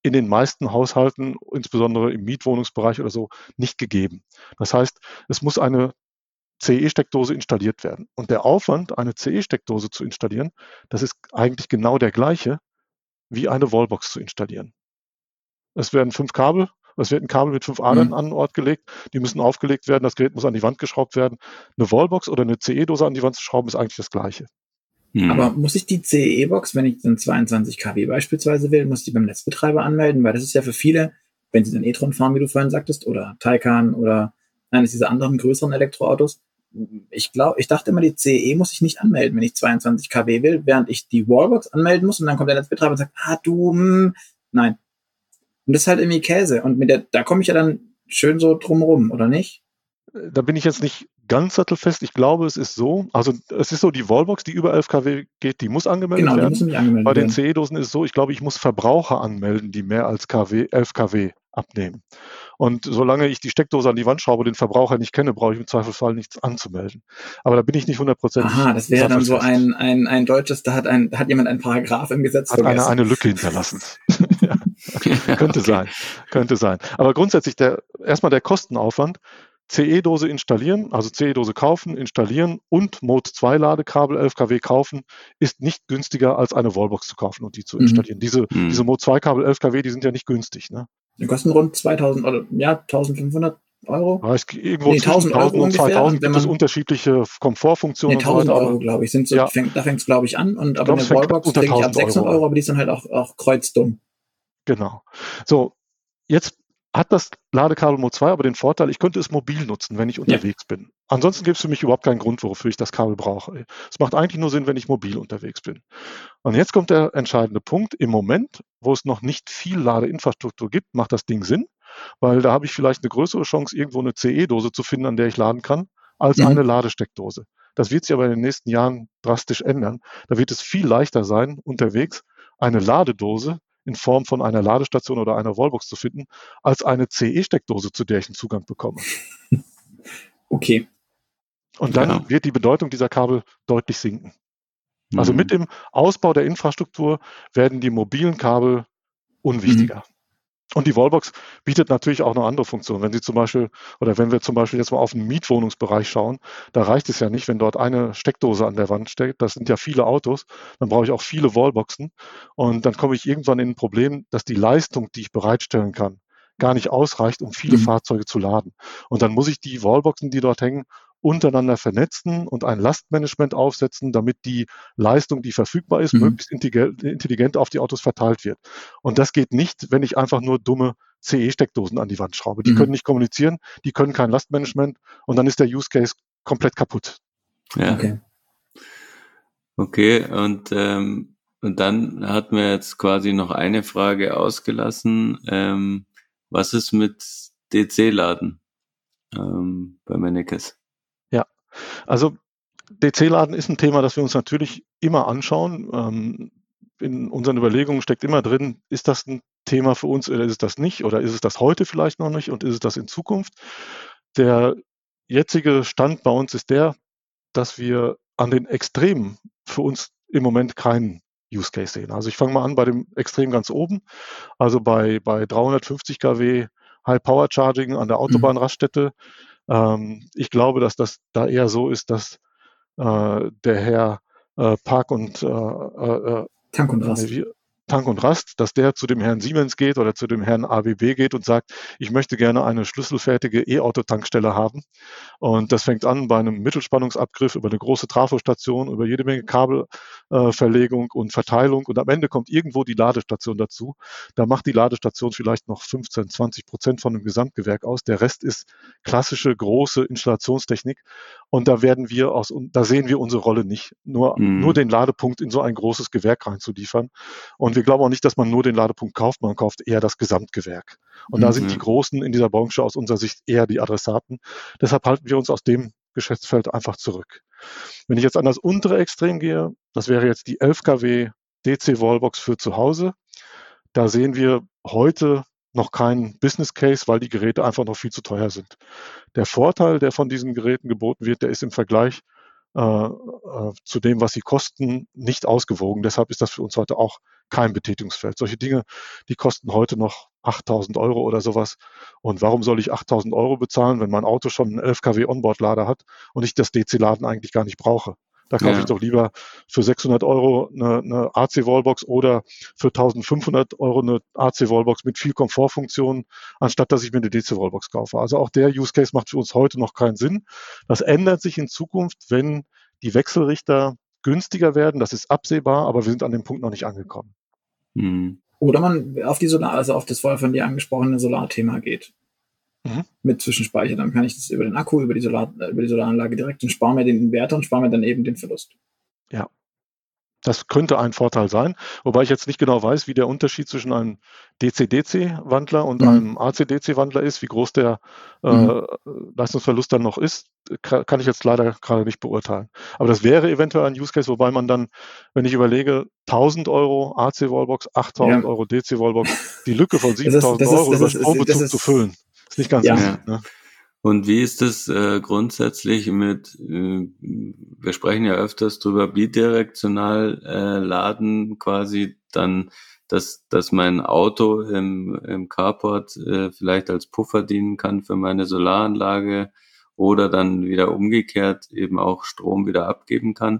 in den meisten Haushalten, insbesondere im Mietwohnungsbereich oder so, nicht gegeben. Das heißt, es muss eine CE-Steckdose installiert werden. Und der Aufwand, eine CE-Steckdose zu installieren, das ist eigentlich genau der gleiche, wie eine Wallbox zu installieren. Es wird ein Kabel mit 5 Adern an den Ort gelegt, die müssen aufgelegt werden, das Gerät muss an die Wand geschraubt werden. Eine Wallbox oder eine CE-Dose an die Wand zu schrauben, ist eigentlich das Gleiche. Aber muss ich die CE-Box, wenn ich dann 22 kW beispielsweise will, muss ich die beim Netzbetreiber anmelden? Weil das ist ja für viele, wenn sie den e-tron fahren, wie du vorhin sagtest, oder Taycan oder eines dieser anderen größeren Elektroautos. Ich dachte immer, die CE muss ich nicht anmelden, wenn ich 22 kW will, während ich die Wallbox anmelden muss und dann kommt der Netzbetreiber und sagt, nein. Und das ist halt irgendwie Käse. Und da komme ich ja dann schön so drumrum, oder nicht? Da bin ich jetzt nicht ganz sattelfest. Ich glaube, es ist so, die Wallbox, die über 11 kW geht, die muss angemeldet Genau, die werden. müssen nicht angemeldet Bei den werden. CE-Dosen ist es so, ich glaube, ich muss Verbraucher anmelden, die mehr als 11 kW abnehmen. Und solange ich die Steckdose an die Wand schraube, den Verbraucher nicht kenne, brauche ich im Zweifelsfall nichts anzumelden. Aber da bin ich nicht 100%. Aha, das wäre dann so ein deutsches, da hat jemand einen Paragraph im Gesetz hat vergessen. Hat einer eine Lücke hinterlassen. Ja. Könnte sein. Aber grundsätzlich erstmal der Kostenaufwand, CE-Dose installieren, also CE-Dose kaufen, installieren und Mode 2 Ladekabel 11 kW kaufen, ist nicht günstiger als eine Wallbox zu kaufen und die zu installieren. Diese Mode 2 Kabel 11 kW, die sind ja nicht günstig, ne? Die kosten rund 2000 oder 1500 Euro. Ja, irgendwo zwischen 1000 und 2000 gibt es unterschiedliche Komfortfunktionen. 1000 Euro, glaube ich, sind so, da fängt es, glaube ich, an. Und aber eine Wallbox kriege ich ab 600 Euro, aber die ist dann halt auch kreuzdumm. Genau. So, jetzt hat das Ladekabel Mode 2 aber den Vorteil, ich könnte es mobil nutzen, wenn ich unterwegs bin. Ansonsten gibt es für mich überhaupt keinen Grund, wofür ich das Kabel brauche. Es macht eigentlich nur Sinn, wenn ich mobil unterwegs bin. Und jetzt kommt der entscheidende Punkt. Im Moment, wo es noch nicht viel Ladeinfrastruktur gibt, macht das Ding Sinn, weil da habe ich vielleicht eine größere Chance, irgendwo eine CE-Dose zu finden, an der ich laden kann, als eine Ladesteckdose. Das wird sich aber in den nächsten Jahren drastisch ändern. Da wird es viel leichter sein, unterwegs eine Ladedose in Form von einer Ladestation oder einer Wallbox zu finden, als eine CE-Steckdose, zu der ich einen Zugang bekomme. Okay. Und dann wird die Bedeutung dieser Kabel deutlich sinken. Also mit dem Ausbau der Infrastruktur werden die mobilen Kabel unwichtiger. Und die Wallbox bietet natürlich auch noch andere Funktionen. Wenn wir zum Beispiel jetzt mal auf den Mietwohnungsbereich schauen, da reicht es ja nicht, wenn dort eine Steckdose an der Wand steckt. Das sind ja viele Autos. Dann brauche ich auch viele Wallboxen. Und dann komme ich irgendwann in ein Problem, dass die Leistung, die ich bereitstellen kann, gar nicht ausreicht, um viele Fahrzeuge zu laden. Und dann muss ich die Wallboxen, die dort hängen, untereinander vernetzen und ein Lastmanagement aufsetzen, damit die Leistung, die verfügbar ist, möglichst intelligent auf die Autos verteilt wird. Und das geht nicht, wenn ich einfach nur dumme CE-Steckdosen an die Wand schraube. Die können nicht kommunizieren, die können kein Lastmanagement und dann ist der Use Case komplett kaputt. Ja. Okay, und dann hatten wir jetzt quasi noch eine Frage ausgelassen. Was ist mit DC-Laden bei Mennekes? Ja, also DC-Laden ist ein Thema, das wir uns natürlich immer anschauen. In unseren Überlegungen steckt immer drin, ist das ein Thema für uns oder ist es das nicht? Oder ist es das heute vielleicht noch nicht und ist es das in Zukunft? Der jetzige Stand bei uns ist der, dass wir an den Extremen für uns im Moment keinen Use Case sehen. Also ich fange mal an bei dem Extrem ganz oben, also bei 350 kW High Power Charging an der Autobahnraststätte. Ich glaube, dass das da eher so ist, dass der Herr Tank und Rast, dass der zu dem Herrn Siemens geht oder zu dem Herrn ABB geht und sagt, ich möchte gerne eine schlüsselfertige E-Auto-Tankstelle haben. Und das fängt an bei einem Mittelspannungsabgriff über eine große Trafostation, über jede Menge Kabelverlegung und Verteilung. Und am Ende kommt irgendwo die Ladestation dazu. Da macht die Ladestation vielleicht noch 15-20% von dem Gesamtgewerk aus. Der Rest ist klassische, große Installationstechnik. Und da sehen wir unsere Rolle nicht, nur den Ladepunkt in so ein großes Gewerk reinzuliefern. Und wir glauben auch nicht, dass man nur den Ladepunkt kauft, man kauft eher das Gesamtgewerk. Und da sind die Großen in dieser Branche aus unserer Sicht eher die Adressaten. Deshalb halten wir uns aus dem Geschäftsfeld einfach zurück. Wenn ich jetzt an das untere Extrem gehe, das wäre jetzt die 11 kW DC-Wallbox für zu Hause. Da sehen wir heute noch keinen Business Case, weil die Geräte einfach noch viel zu teuer sind. Der Vorteil, der von diesen Geräten geboten wird, der ist im Vergleich zu dem, was sie kosten, nicht ausgewogen. Deshalb ist das für uns heute auch kein Betätigungsfeld. Solche Dinge, die kosten heute noch 8.000 Euro oder sowas. Und warum soll ich 8.000 Euro bezahlen, wenn mein Auto schon einen 11 kW Onboard-Lader hat und ich das DC-Laden eigentlich gar nicht brauche? Da kaufe ich doch lieber für 600 Euro eine AC-Wallbox oder für 1.500 Euro eine AC-Wallbox mit viel Komfortfunktionen, anstatt dass ich mir eine DC-Wallbox kaufe. Also auch der Use Case macht für uns heute noch keinen Sinn. Das ändert sich in Zukunft, wenn die Wechselrichter günstiger werden. Das ist absehbar, aber wir sind an dem Punkt noch nicht angekommen. Oder man auf auf das vorher von dir angesprochene Solarthema geht. Mit Zwischenspeicher. Dann kann ich das über den Akku, über die Solaranlage direkt und spare mir den Inverter und spare mir dann eben den Verlust. Ja. Das könnte ein Vorteil sein, wobei ich jetzt nicht genau weiß, wie der Unterschied zwischen einem DC-DC-Wandler und einem AC-DC-Wandler ist, wie groß der Leistungsverlust dann noch ist, kann ich jetzt leider gerade nicht beurteilen. Aber das wäre eventuell ein Use Case, wobei man dann, wenn ich überlege, 1.000 Euro AC-Wallbox, 8.000 Euro DC-Wallbox, die Lücke von 7.000 Euro über Strombezug zu füllen, ist nicht ganz easy. Ne? Und wie ist es grundsätzlich mit, wir sprechen ja öfters drüber, bidirektional laden quasi dann, dass mein Auto im Carport vielleicht als Puffer dienen kann für meine Solaranlage oder dann wieder umgekehrt eben auch Strom wieder abgeben kann.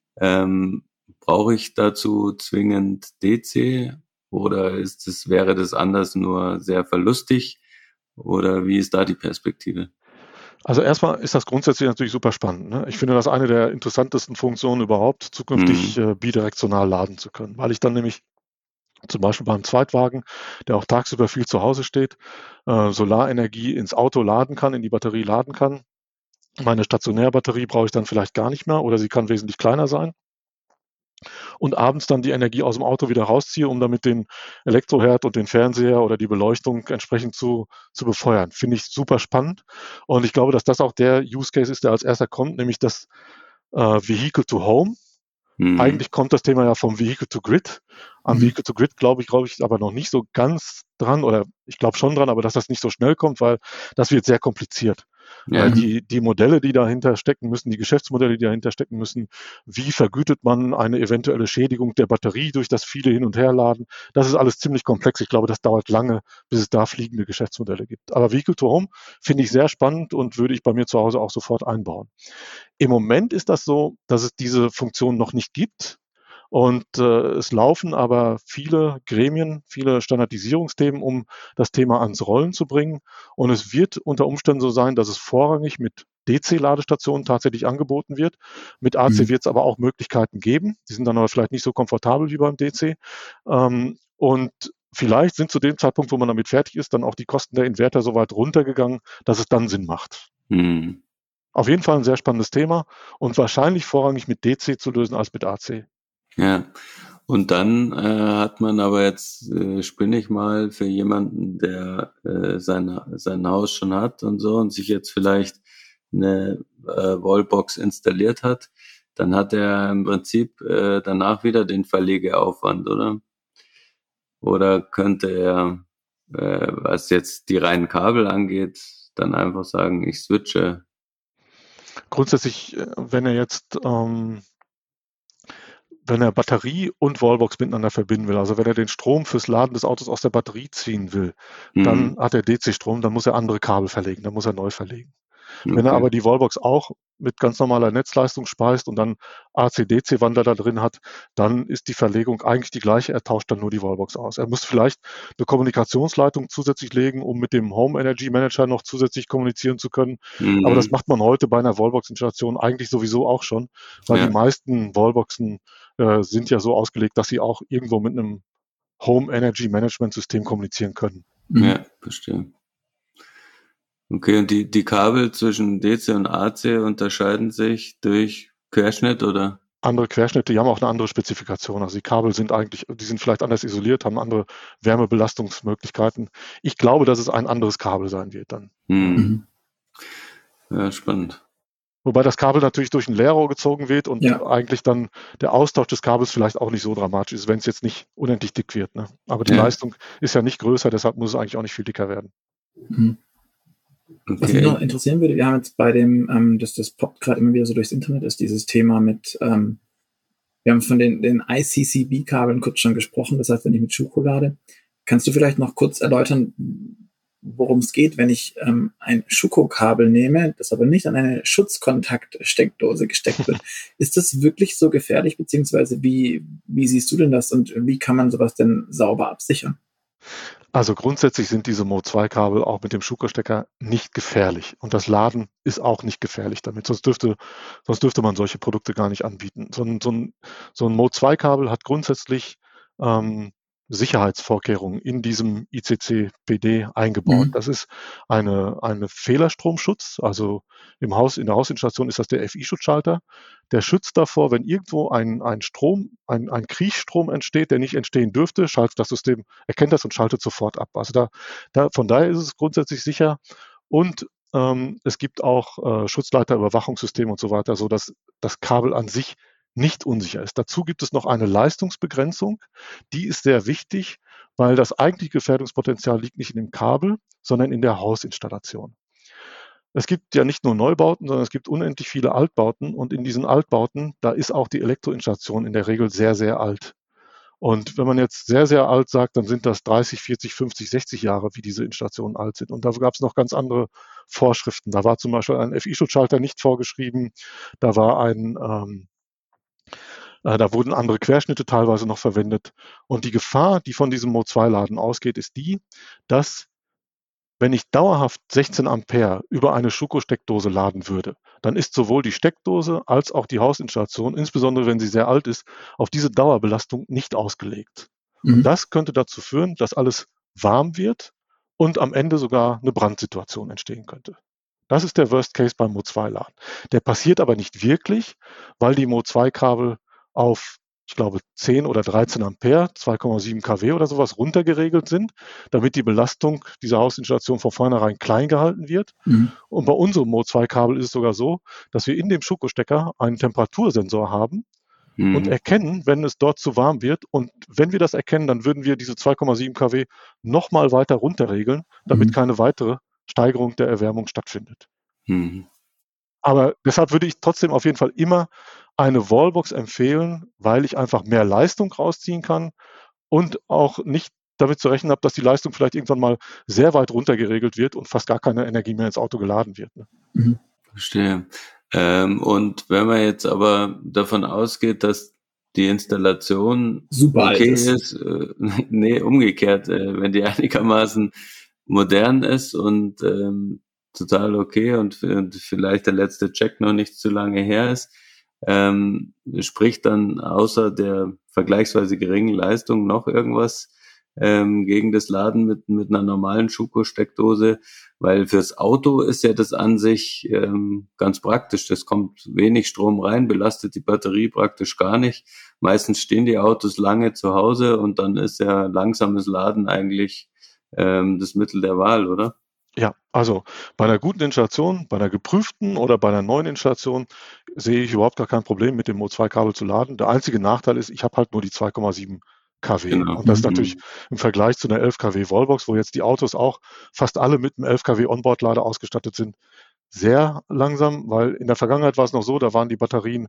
Brauche ich dazu zwingend DC oder wäre das anders nur sehr verlustig? Oder wie ist da die Perspektive? Also erstmal ist das grundsätzlich natürlich super spannend. Ne? Ich finde das eine der interessantesten Funktionen überhaupt, zukünftig bidirektional laden zu können, weil ich dann nämlich zum Beispiel beim Zweitwagen, der auch tagsüber viel zu Hause steht, Solarenergie ins Auto laden kann, in die Batterie laden kann. Meine Stationärbatterie brauche ich dann vielleicht gar nicht mehr oder sie kann wesentlich kleiner sein. Und abends dann die Energie aus dem Auto wieder rausziehe, um damit den Elektroherd und den Fernseher oder die Beleuchtung entsprechend zu befeuern. Finde ich super spannend. Und ich glaube, dass das auch der Use Case ist, der als erster kommt, nämlich das Vehicle to Home. Eigentlich kommt das Thema ja vom Vehicle to Grid. Am Vehicle to Grid glaube ich aber noch nicht so ganz dran, oder ich glaube schon dran, aber dass das nicht so schnell kommt, weil das wird sehr kompliziert. Ja. Die Modelle, die dahinter stecken müssen, die Geschäftsmodelle, die dahinter stecken müssen, wie vergütet man eine eventuelle Schädigung der Batterie durch das viele Hin- und Herladen, das ist alles ziemlich komplex. Ich glaube, das dauert lange, bis es da fliegende Geschäftsmodelle gibt. Aber Vehicle to Home finde ich sehr spannend und würde ich bei mir zu Hause auch sofort einbauen. Im Moment ist das so, dass es diese Funktion noch nicht gibt. Und es laufen aber viele Gremien, viele Standardisierungsthemen, um das Thema ans Rollen zu bringen. Und es wird unter Umständen so sein, dass es vorrangig mit DC-Ladestationen tatsächlich angeboten wird. Mit AC wird es aber auch Möglichkeiten geben. Die sind dann aber vielleicht nicht so komfortabel wie beim DC. Und vielleicht sind zu dem Zeitpunkt, wo man damit fertig ist, dann auch die Kosten der Inverter so weit runtergegangen, dass es dann Sinn macht. Auf jeden Fall ein sehr spannendes Thema und wahrscheinlich vorrangig mit DC zu lösen als mit AC. Ja, und dann hat man aber jetzt, spinne ich mal, für jemanden, der sein Haus schon hat und so und sich jetzt vielleicht eine Wallbox installiert hat, dann hat er im Prinzip danach wieder den Verlegeaufwand, oder? Oder könnte er, was jetzt die reinen Kabel angeht, dann einfach sagen, ich switche? Grundsätzlich, wenn er Batterie und Wallbox miteinander verbinden will, also wenn er den Strom fürs Laden des Autos aus der Batterie ziehen will, dann hat er DC-Strom, dann muss er andere Kabel verlegen, dann muss er neu verlegen. Okay. Wenn er aber die Wallbox auch mit ganz normaler Netzleistung speist und dann AC-DC-Wandler da drin hat, dann ist die Verlegung eigentlich die gleiche, er tauscht dann nur die Wallbox aus. Er muss vielleicht eine Kommunikationsleitung zusätzlich legen, um mit dem Home Energy Manager noch zusätzlich kommunizieren zu können. Aber das macht man heute bei einer Wallbox-Installation eigentlich sowieso auch schon, weil die meisten Wallboxen sind ja so ausgelegt, dass sie auch irgendwo mit einem Home Energy Management System kommunizieren können. Ja, verstehe. Okay, und die Kabel zwischen DC und AC unterscheiden sich durch Querschnitt, oder? Andere Querschnitte, die haben auch eine andere Spezifikation. Also die Kabel sind vielleicht anders isoliert, haben andere Wärmebelastungsmöglichkeiten. Ich glaube, dass es ein anderes Kabel sein wird dann. Ja, spannend. Wobei das Kabel natürlich durch ein Leerrohr gezogen wird und eigentlich dann der Austausch des Kabels vielleicht auch nicht so dramatisch ist, wenn es jetzt nicht unendlich dick wird. Ne? Aber die Leistung ist ja nicht größer, deshalb muss es eigentlich auch nicht viel dicker werden. Okay. Was mich noch interessieren würde, wir haben jetzt bei dem, das poppt gerade immer wieder so durchs Internet, ist dieses Thema mit Wir haben von den ICCB-Kabeln kurz schon gesprochen, das heißt, wenn ich mit Schuko-lade. Kannst du vielleicht noch kurz erläutern, worum es geht, wenn ich ein Schuko-Kabel nehme, das aber nicht an eine Schutzkontakt-Steckdose gesteckt wird? Ist das wirklich so gefährlich, beziehungsweise wie siehst du denn das und wie kann man sowas denn sauber absichern? Also grundsätzlich sind diese Mo2-Kabel auch mit dem Schuko-Stecker nicht gefährlich. Und das Laden ist auch nicht gefährlich damit. Sonst dürfte man solche Produkte gar nicht anbieten. So ein Mo2-Kabel hat grundsätzlich Sicherheitsvorkehrungen in diesem ICC-PD eingebaut. Das ist eine Fehlerstromschutz. Also in der Hausinstallation ist das der FI-Schutzschalter. Der schützt davor, wenn irgendwo ein Kriechstrom entsteht, der nicht entstehen dürfte, schaltet das System, erkennt das und schaltet sofort ab. Also von daher ist es grundsätzlich sicher. Und es gibt auch Schutzleiterüberwachungssysteme und so weiter, so dass das Kabel an sich nicht unsicher ist. Dazu gibt es noch eine Leistungsbegrenzung. Die ist sehr wichtig, weil das eigentliche Gefährdungspotenzial liegt nicht in dem Kabel, sondern in der Hausinstallation. Es gibt ja nicht nur Neubauten, sondern es gibt unendlich viele Altbauten. Und in diesen Altbauten, da ist auch die Elektroinstallation in der Regel sehr, sehr alt. Und wenn man jetzt sehr, sehr alt sagt, dann sind das 30, 40, 50, 60 Jahre, wie diese Installationen alt sind. Und da gab es noch ganz andere Vorschriften. Da war zum Beispiel ein FI-Schutzschalter nicht vorgeschrieben. Da wurden andere Querschnitte teilweise noch verwendet. Und die Gefahr, die von diesem Mo2-Laden ausgeht, ist die, dass wenn ich dauerhaft 16 Ampere über eine Schuko-Steckdose laden würde, dann ist sowohl die Steckdose als auch die Hausinstallation, insbesondere wenn sie sehr alt ist, auf diese Dauerbelastung nicht ausgelegt. Und das könnte dazu führen, dass alles warm wird und am Ende sogar eine Brandsituation entstehen könnte. Das ist der Worst Case beim Mo2-Laden. Der passiert aber nicht wirklich, weil die Mo2-Kabel auf, ich glaube, 10 oder 13 Ampere, 2,7 kW oder sowas runtergeregelt sind, damit die Belastung dieser Hausinstallation von vornherein klein gehalten wird. Und bei unserem Mo2-Kabel ist es sogar so, dass wir in dem Schuko-Stecker einen Temperatursensor haben und erkennen, wenn es dort zu warm wird. Und wenn wir das erkennen, dann würden wir diese 2,7 kW nochmal weiter runterregeln, damit keine weitere Steigerung der Erwärmung stattfindet. Aber deshalb würde ich trotzdem auf jeden Fall immer eine Wallbox empfehlen, weil ich einfach mehr Leistung rausziehen kann und auch nicht damit zu rechnen habe, dass die Leistung vielleicht irgendwann mal sehr weit runter geregelt wird und fast gar keine Energie mehr ins Auto geladen wird. Ne? Verstehe. Und wenn man jetzt aber davon ausgeht, dass die Installation super okay alt ist, nee, umgekehrt, wenn die einigermaßen modern ist und total okay und vielleicht der letzte Check noch nicht zu lange her ist, spricht dann außer der vergleichsweise geringen Leistung noch irgendwas gegen das Laden mit einer normalen Schuko-Steckdose, weil fürs Auto ist ja das an sich ganz praktisch. Das kommt wenig Strom rein, belastet die Batterie praktisch gar nicht. Meistens stehen die Autos lange zu Hause und dann ist ja langsames Laden eigentlich das Mittel der Wahl, oder? Ja, also bei einer guten Installation, bei einer geprüften oder bei einer neuen Installation sehe ich überhaupt gar kein Problem, mit dem Mo2-Kabel zu laden. Der einzige Nachteil ist, ich habe halt nur die 2,7 kW. Genau. Und das ist natürlich im Vergleich zu einer 11 kW Wallbox, wo jetzt die Autos auch fast alle mit einem 11 kW Onboard-Lader ausgestattet sind, sehr langsam, weil in der Vergangenheit war es noch so, da waren die Batterien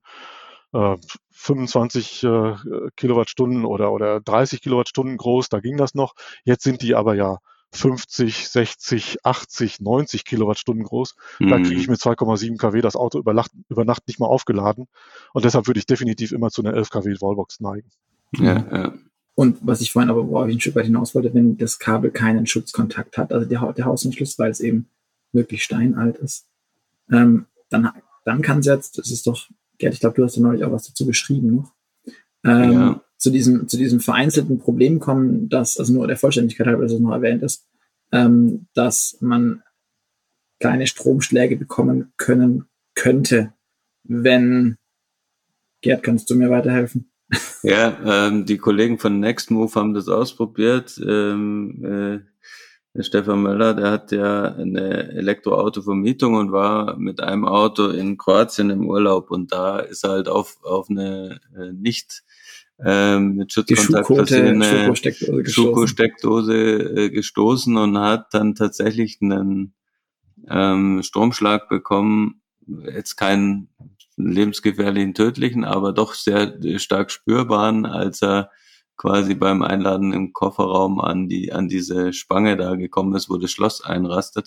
25 Kilowattstunden oder 30 Kilowattstunden groß, da ging das noch. Jetzt sind die aber ja 50, 60, 80, 90 Kilowattstunden groß. Da kriege ich mit 2,7 kW das Auto über Nacht nicht mal aufgeladen. Und deshalb würde ich definitiv immer zu einer 11 kW Wallbox neigen. Ja. Und was ich vorhin aber, worauf ich ein Stück weit hinaus wollte, wenn das Kabel keinen Schutzkontakt hat, also der Hausanschluss, weil es eben wirklich steinalt ist, dann kann es jetzt, das ist doch, Gerd, ich glaube, du hast ja neulich auch was dazu geschrieben noch, zu diesem vereinzelten Problem kommen, dass, also nur der Vollständigkeit halber, dass es noch erwähnt ist, dass man kleine Stromschläge bekommen könnte, wenn, Gerd, kannst du mir weiterhelfen? Ja, die Kollegen von Nextmove haben das ausprobiert. Der Stefan Möller, der hat ja eine Elektroauto-Vermietung und war mit einem Auto in Kroatien im Urlaub und da ist er halt auf eine nicht mit Schutzkontakt versehene Schuko-Steckdose gestoßen und hat dann tatsächlich einen Stromschlag bekommen. Jetzt kein lebensgefährlichen, tödlichen, aber doch sehr stark spürbaren, als er quasi beim Einladen im Kofferraum an diese Spange da gekommen ist, wo das Schloss einrastet.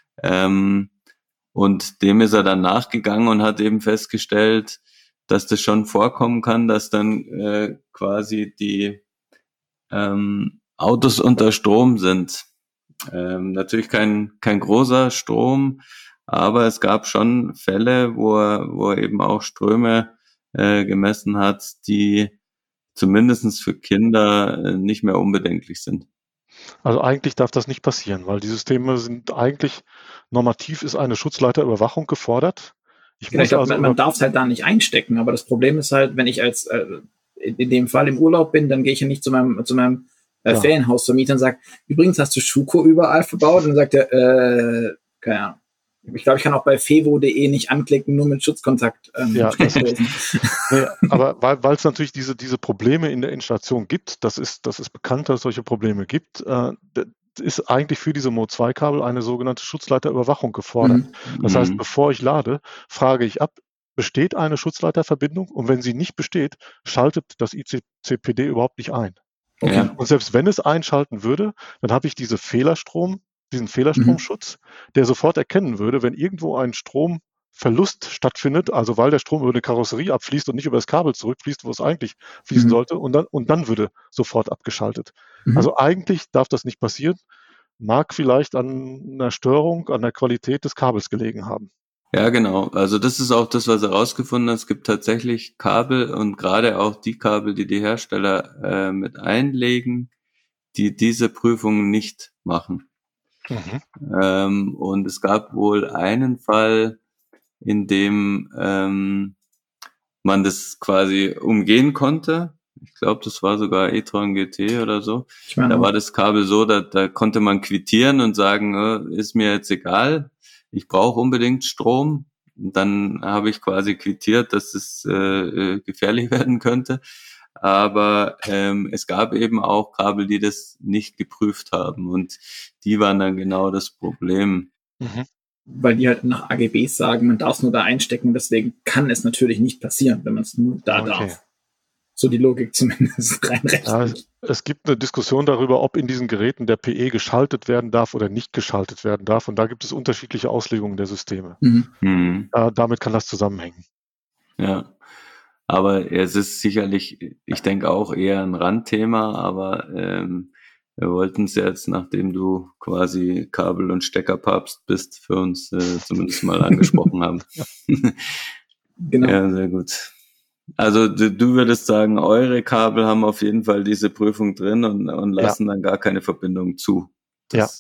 Und dem ist er dann nachgegangen und hat eben festgestellt, dass das schon vorkommen kann, dass dann quasi die Autos unter Strom sind. Natürlich kein großer Strom, aber es gab schon Fälle, wo er eben auch Ströme gemessen hat, die zumindest für Kinder nicht mehr unbedenklich sind. Also eigentlich darf das nicht passieren, weil die Systeme sind eigentlich, normativ ist eine Schutzleiterüberwachung gefordert. Man darf es halt da nicht einstecken, aber das Problem ist halt, wenn ich als in dem Fall im Urlaub bin, dann gehe ich ja nicht zu meinem Ferienhausvermieter und sage, übrigens hast du Schuko überall verbaut? Und dann sagt er, keine Ahnung. Ich glaube, ich kann auch bei fevo.de nicht anklicken, nur mit Schutzkontakt. Nee, aber weil es natürlich diese Probleme in der Installation gibt, das ist bekannt, dass es solche Probleme gibt, ist eigentlich für diese Mo2-Kabel eine sogenannte Schutzleiterüberwachung gefordert. Das heißt, bevor ich lade, frage ich ab, besteht eine Schutzleiterverbindung? Und wenn sie nicht besteht, schaltet das ICCPD überhaupt nicht ein. Okay. Und selbst wenn es einschalten würde, dann habe ich diesen Fehlerstromschutz, der sofort erkennen würde, wenn irgendwo ein Stromverlust stattfindet, also weil der Strom über eine Karosserie abfließt und nicht über das Kabel zurückfließt, wo es eigentlich fließen sollte, und dann würde sofort abgeschaltet. Also eigentlich darf das nicht passieren, mag vielleicht an einer Störung, an der Qualität des Kabels gelegen haben. Ja, genau. Also das ist auch das, was er herausgefunden hat. Es gibt tatsächlich Kabel und gerade auch die Kabel, die Hersteller mit einlegen, die diese Prüfungen nicht machen. Und es gab wohl einen Fall, in dem man das quasi umgehen konnte. Ich glaube, das war sogar e-tron GT oder so. Da war das Kabel so, da konnte man quittieren und sagen, ist mir jetzt egal, ich brauche unbedingt Strom. Und dann habe ich quasi quittiert, dass es gefährlich werden könnte. Aber es gab eben auch Kabel, die das nicht geprüft haben. Und die waren dann genau das Problem. Weil die halt nach AGBs sagen, man darf es nur da einstecken. Deswegen kann es natürlich nicht passieren, wenn man es nur da darf. So die Logik zumindest rein rechtlich. Ja, es gibt eine Diskussion darüber, ob in diesen Geräten der PE geschaltet werden darf oder nicht geschaltet werden darf. Und da gibt es unterschiedliche Auslegungen der Systeme. Damit kann das zusammenhängen. Ja, aber es ist sicherlich, ich denke auch eher ein Randthema, aber wir wollten es jetzt, nachdem du quasi Kabel- und Steckerpapst bist, für uns zumindest mal angesprochen haben. Genau. Ja, sehr gut. Also du würdest sagen, eure Kabel haben auf jeden Fall diese Prüfung drin und lassen dann gar keine Verbindung zu. Das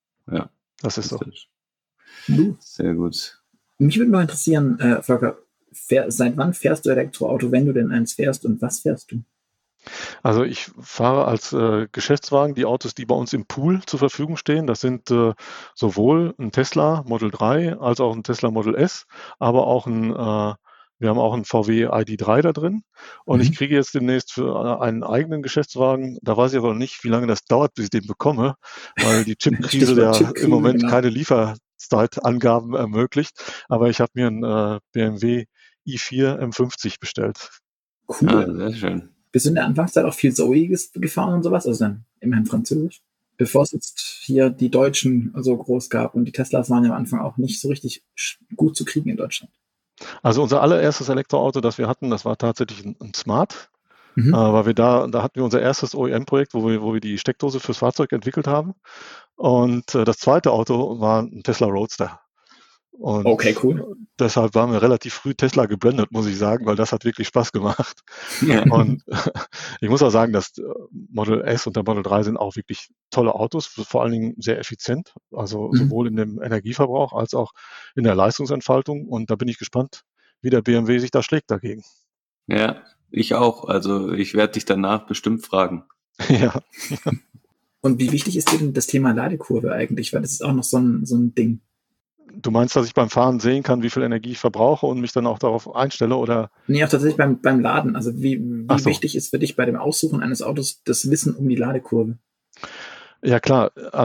ist so. Sehr gut. Mich würde noch interessieren, Volker, seit wann fährst du Elektroauto, wenn du denn eins fährst, und was fährst du? Also ich fahre als Geschäftswagen die Autos, die bei uns im Pool zur Verfügung stehen. Das sind sowohl ein Tesla Model 3 als auch ein Tesla Model S, aber auch wir haben auch einen VW ID.3 da drin. Und ich kriege jetzt demnächst für einen eigenen Geschäftswagen, da weiß ich aber noch nicht, wie lange das dauert, bis ich den bekomme, weil die Chipkrise im Moment keine Lieferzeitangaben ermöglicht. Aber ich habe mir einen BMW i4 M50 bestellt. Cool. Ah, sehr schön. Bist du in der Anfangszeit auch viel Zoe gefahren und sowas? Also dann immerhin Französisch? Bevor es jetzt hier die Deutschen so groß gab, und die Teslas waren ja am Anfang auch nicht so richtig gut zu kriegen in Deutschland. Also unser allererstes Elektroauto, das wir hatten, das war tatsächlich ein Smart, weil wir da hatten wir unser erstes OEM-Projekt, wo wir die Steckdose fürs Fahrzeug entwickelt haben. Und das zweite Auto war ein Tesla Roadster. Und okay, cool. Deshalb waren wir relativ früh Tesla geblendet, muss ich sagen, weil das hat wirklich Spaß gemacht. Ja. Und ich muss auch sagen, das Model S und der Model 3 sind auch wirklich tolle Autos, vor allen Dingen sehr effizient, also sowohl in dem Energieverbrauch als auch in der Leistungsentfaltung. Und da bin ich gespannt, wie der BMW sich da schlägt dagegen. Ja, ich auch. Also ich werde dich danach bestimmt fragen. Ja. Und wie wichtig ist dir denn das Thema Ladekurve eigentlich? Weil das ist auch noch so ein Ding. Du meinst, dass ich beim Fahren sehen kann, wie viel Energie ich verbrauche und mich dann auch darauf einstelle, oder? Nee, auch tatsächlich beim Laden. Also wie wichtig ist für dich bei dem Aussuchen eines Autos das Wissen um die Ladekurve? Ja klar, also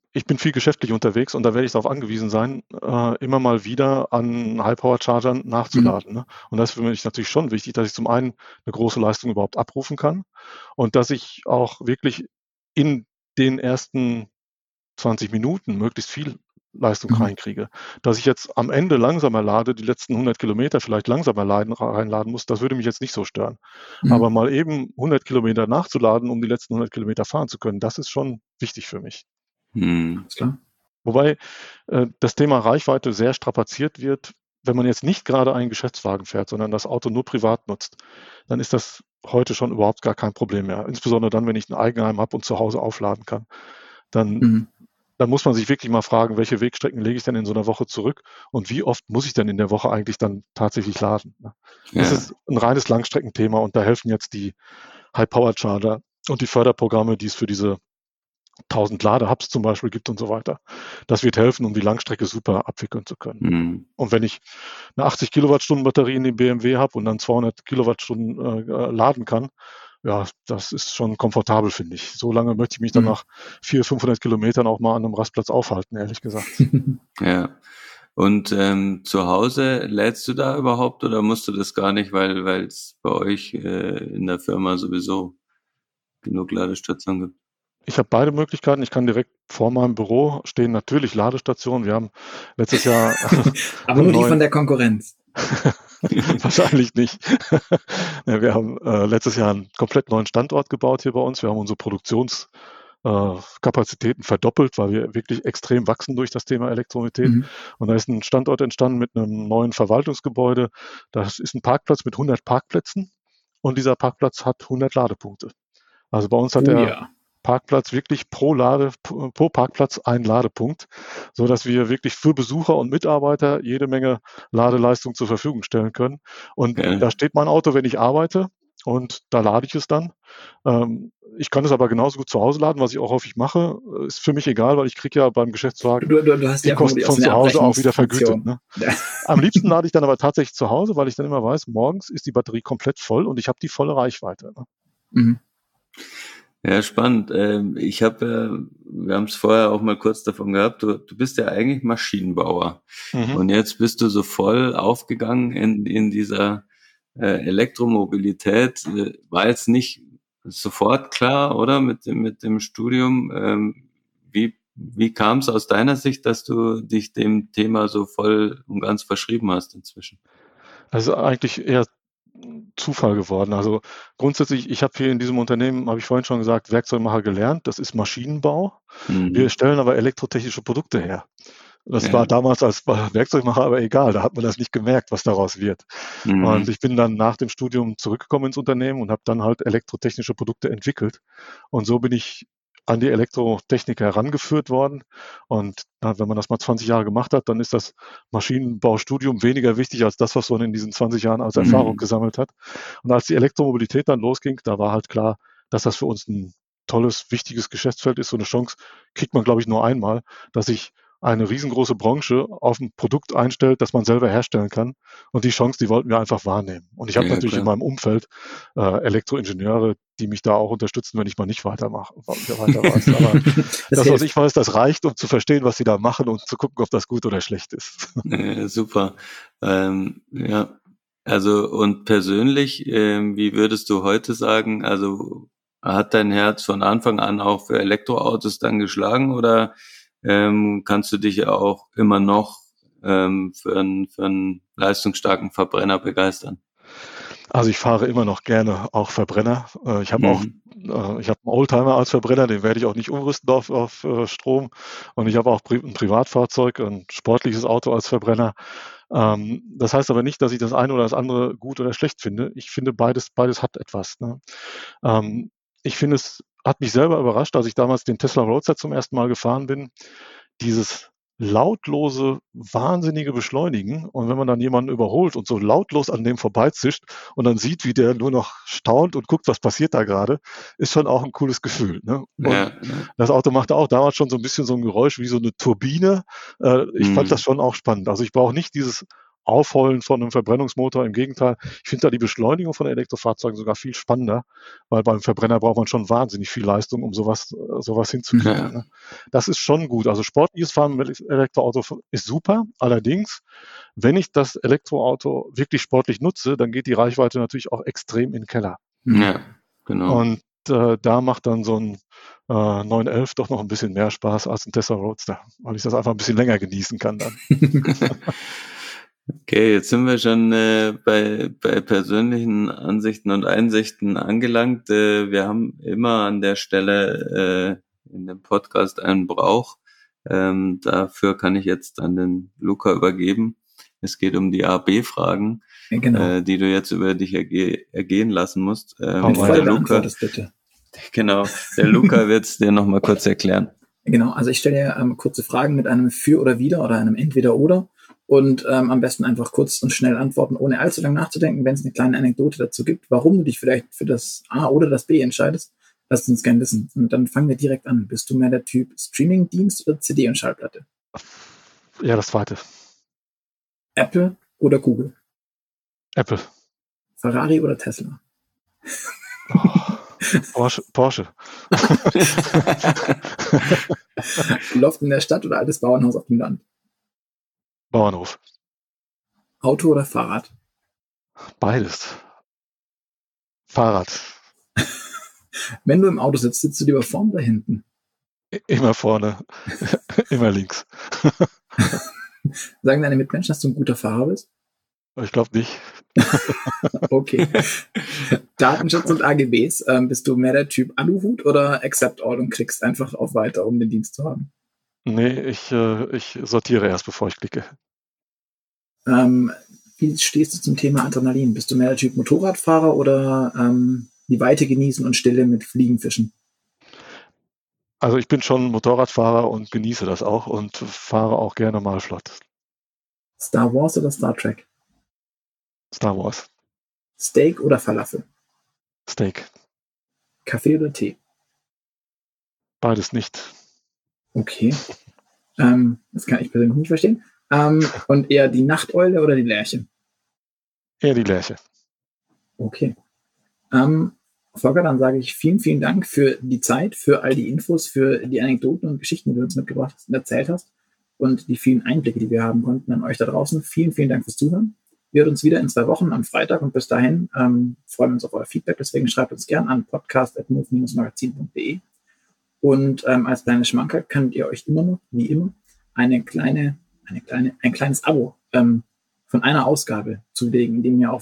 ich bin viel geschäftlich unterwegs und da werde ich darauf angewiesen sein, immer mal wieder an High-Power-Chargern nachzuladen. Ne? Und das ist für mich natürlich schon wichtig, dass ich zum einen eine große Leistung überhaupt abrufen kann und dass ich auch wirklich in den ersten 20 Minuten möglichst viel Leistung Mhm. reinkriege. Dass ich jetzt am Ende langsamer lade, die letzten 100 Kilometer vielleicht langsamer reinladen muss, das würde mich jetzt nicht so stören. Mhm. Aber mal eben 100 Kilometer nachzuladen, um die letzten 100 Kilometer fahren zu können, das ist schon wichtig für mich. Ist klar. Wobei das Thema Reichweite sehr strapaziert wird. Wenn man jetzt nicht gerade einen Geschäftswagen fährt, sondern das Auto nur privat nutzt, dann ist das heute schon überhaupt gar kein Problem mehr. Insbesondere dann, wenn ich ein Eigenheim habe und zu Hause aufladen kann. Dann muss man sich wirklich mal fragen, welche Wegstrecken lege ich denn in so einer Woche zurück und wie oft muss ich denn in der Woche eigentlich dann tatsächlich laden? Das Ja. ist ein reines Langstreckenthema und da helfen jetzt die High-Power-Charger und die Förderprogramme, die es für diese 1000 Ladehubs zum Beispiel gibt und so weiter. Das wird helfen, um die Langstrecke super abwickeln zu können. Mhm. Und wenn ich eine 80 Kilowattstunden Batterie in dem BMW habe und dann 200 Kilowattstunden laden kann, ja, das ist schon komfortabel, finde ich. So lange möchte ich mich dann nach 400, 500 Kilometern auch mal an einem Rastplatz aufhalten, ehrlich gesagt. Ja. Und zu Hause lädst du da überhaupt oder musst du das gar nicht, weil es bei euch in der Firma sowieso genug Ladestationen gibt? Ich habe beide Möglichkeiten. Ich kann direkt vor meinem Büro stehen natürlich Ladestationen. Wir haben letztes Jahr Aber nur die von der Konkurrenz. Wahrscheinlich nicht. Ja, wir haben letztes Jahr einen komplett neuen Standort gebaut hier bei uns. Wir haben unsere Produktionskapazitäten verdoppelt, weil wir wirklich extrem wachsen durch das Thema Elektromobilität. Und da ist ein Standort entstanden mit einem neuen Verwaltungsgebäude. Das ist ein Parkplatz mit 100 Parkplätzen und dieser Parkplatz hat 100 Ladepunkte. Also bei uns hat der Parkplatz wirklich pro Parkplatz einen Ladepunkt, so dass wir wirklich für Besucher und Mitarbeiter jede Menge Ladeleistung zur Verfügung stellen können. Und da steht mein Auto, wenn ich arbeite, und da lade ich es dann. Ich kann es aber genauso gut zu Hause laden, was ich auch häufig mache. Ist für mich egal, weil ich kriege ja beim Geschäftswagen du hast die ja Kosten von so zu eine Hause auch wieder vergütet. Abrechnungsfunktion. Ne? Am liebsten lade ich dann aber tatsächlich zu Hause, weil ich dann immer weiß, morgens ist die Batterie komplett voll und ich habe die volle Reichweite. Ne? Ja, spannend. Wir haben es vorher auch mal kurz davon gehabt, du bist ja eigentlich Maschinenbauer. Und jetzt bist du so voll aufgegangen in dieser Elektromobilität. War jetzt nicht sofort klar, oder? Mit dem Studium. Wie kam es aus deiner Sicht, dass du dich dem Thema so voll und ganz verschrieben hast inzwischen? Also eigentlich eher Zufall geworden. Also grundsätzlich, ich habe hier in diesem Unternehmen, habe ich vorhin schon gesagt, Werkzeugmacher gelernt. Das ist Maschinenbau. Wir stellen aber elektrotechnische Produkte her. Das war damals als Werkzeugmacher aber egal. Da hat man das nicht gemerkt, was daraus wird. Und ich bin dann nach dem Studium zurückgekommen ins Unternehmen und habe dann halt elektrotechnische Produkte entwickelt. Und so bin ich an die Elektrotechnik herangeführt worden. Und wenn man das mal 20 Jahre gemacht hat, dann ist das Maschinenbaustudium weniger wichtig als das, was man in diesen 20 Jahren als Erfahrung gesammelt hat. Und als die Elektromobilität dann losging, da war halt klar, dass das für uns ein tolles, wichtiges Geschäftsfeld ist. So eine Chance kriegt man, glaube ich, nur einmal, dass sich eine riesengroße Branche auf ein Produkt einstellt, das man selber herstellen kann. Und die Chance, die wollten wir einfach wahrnehmen. Und ich habe natürlich in meinem Umfeld Elektroingenieure, die mich da auch unterstützen, wenn ich mal nicht weiter weiß. Aber das, was ich weiß, das reicht, um zu verstehen, was sie da machen und zu gucken, ob das gut oder schlecht ist. Super. Also und persönlich, wie würdest du heute sagen, also hat dein Herz von Anfang an auch für Elektroautos dann geschlagen oder kannst du dich auch immer noch für einen leistungsstarken Verbrenner begeistern? Also ich fahre immer noch gerne auch Verbrenner. Ich habe auch ich habe einen Oldtimer als Verbrenner, den werde ich auch nicht umrüsten auf Strom. Und ich habe auch ein Privatfahrzeug, ein sportliches Auto als Verbrenner. Das heißt aber nicht, dass ich das eine oder das andere gut oder schlecht finde. Ich finde, beides hat etwas. Ne? Ich finde, es hat mich selber überrascht, als ich damals den Tesla Roadster zum ersten Mal gefahren bin, dieses lautlose, wahnsinnige Beschleunigen. Und wenn man dann jemanden überholt und so lautlos an dem vorbeizischt und dann sieht, wie der nur noch staunt und guckt, was passiert da gerade, ist schon auch ein cooles Gefühl. Ne? Und das Auto machte auch damals schon so ein bisschen so ein Geräusch wie so eine Turbine. Ich fand das schon auch spannend. Also ich brauche nicht dieses Aufheulen von einem Verbrennungsmotor. Im Gegenteil, ich finde da die Beschleunigung von Elektrofahrzeugen sogar viel spannender, weil beim Verbrenner braucht man schon wahnsinnig viel Leistung, um sowas hinzukriegen. Ja. Ne? Das ist schon gut. Also sportliches Fahren mit Elektroauto ist super. Allerdings, wenn ich das Elektroauto wirklich sportlich nutze, dann geht die Reichweite natürlich auch extrem in den Keller. Ja, genau. Und da macht dann so ein 911 doch noch ein bisschen mehr Spaß als ein Tesla Roadster, weil ich das einfach ein bisschen länger genießen kann dann. Okay, jetzt sind wir schon bei persönlichen Ansichten und Einsichten angelangt. Wir haben immer an der Stelle in dem Podcast einen Brauch. Dafür kann ich jetzt an den Luca übergeben. Es geht um die A-B-Fragen, Genau. die du jetzt über dich ergehen lassen musst. Mit Freude beantwortest, bitte. Genau, der Luca wird es dir nochmal kurz erklären. Genau, also ich stelle dir kurze Fragen mit einem Für oder Wider oder einem Entweder-Oder und am besten einfach kurz und schnell antworten, ohne allzu lange nachzudenken. Wenn es eine kleine Anekdote dazu gibt, warum du dich vielleicht für das A oder das B entscheidest, lass uns gerne wissen. Und dann fangen wir direkt an. Bist du mehr der Typ Streaming-Dienst oder CD und Schallplatte? Ja, das zweite. Apple oder Google? Apple. Ferrari oder Tesla? Porsche. Loft in der Stadt oder altes Bauernhaus auf dem Land? Bauernhof. Auto oder Fahrrad? Beides. Fahrrad. Wenn du im Auto sitzt, sitzt du lieber vorne oder hinten? Immer vorne. Immer links. Sagen deine Mitmenschen, dass du ein guter Fahrer bist? Ich glaube nicht. Okay. Datenschutz und AGBs. Bist du mehr der Typ Aluhut oder Accept All und klickst einfach auf Weiter, um den Dienst zu haben? Nee, ich sortiere erst, bevor ich klicke. Wie stehst du zum Thema Adrenalin? Bist du mehr der Typ Motorradfahrer oder die Weite genießen und Stille mit Fliegen fischen? Also ich bin schon Motorradfahrer und genieße das auch und fahre auch gerne mal flott. Star Wars oder Star Trek? Star Wars. Steak oder Falafel? Steak. Kaffee oder Tee? Beides nicht. Okay. Das kann ich persönlich nicht verstehen. Und eher die Nachteule oder die Lerche? Eher die Lerche. Okay. Volker, dann sage ich vielen, vielen Dank für die Zeit, für all die Infos, für die Anekdoten und Geschichten, die du uns mitgebracht hast und erzählt hast und die vielen Einblicke, die wir haben konnten an euch da draußen. Vielen, vielen Dank fürs Zuhören. Wir hören uns wieder in 2 Wochen am Freitag und bis dahin freuen wir uns auf euer Feedback. Deswegen schreibt uns gern an podcast@move-magazin.de. Und als kleine Schmankerl könnt ihr euch immer noch, wie immer, ein kleines Abo von einer Ausgabe zulegen, indem ihr auf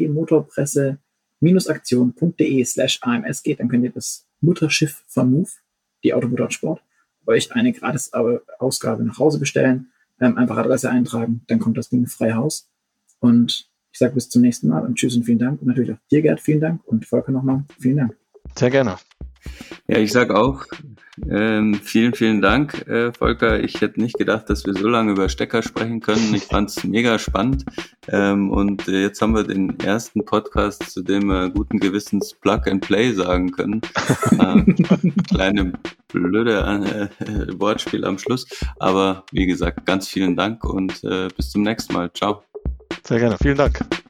www.motorpresse-aktion.de/AMS geht. Dann könnt ihr das Mutterschiff von Move, die Automotorsport, euch eine gratis Ausgabe nach Hause bestellen. Einfach Adresse eintragen, dann kommt das Ding frei Haus. Und ich sage bis zum nächsten Mal und tschüss und vielen Dank. Und natürlich auch dir, Gerd, vielen Dank. Und Volker nochmal, vielen Dank. Sehr gerne. Ja, ich sage auch vielen, vielen Dank, Volker. Ich hätte nicht gedacht, dass wir so lange über Stecker sprechen können. Ich fand es mega spannend. Und jetzt haben wir den ersten Podcast, zu dem wir guten Gewissens Plug and Play sagen können. Kleine blöde Wortspiel am Schluss. Aber wie gesagt, ganz vielen Dank und bis zum nächsten Mal. Ciao. Sehr gerne. Vielen Dank.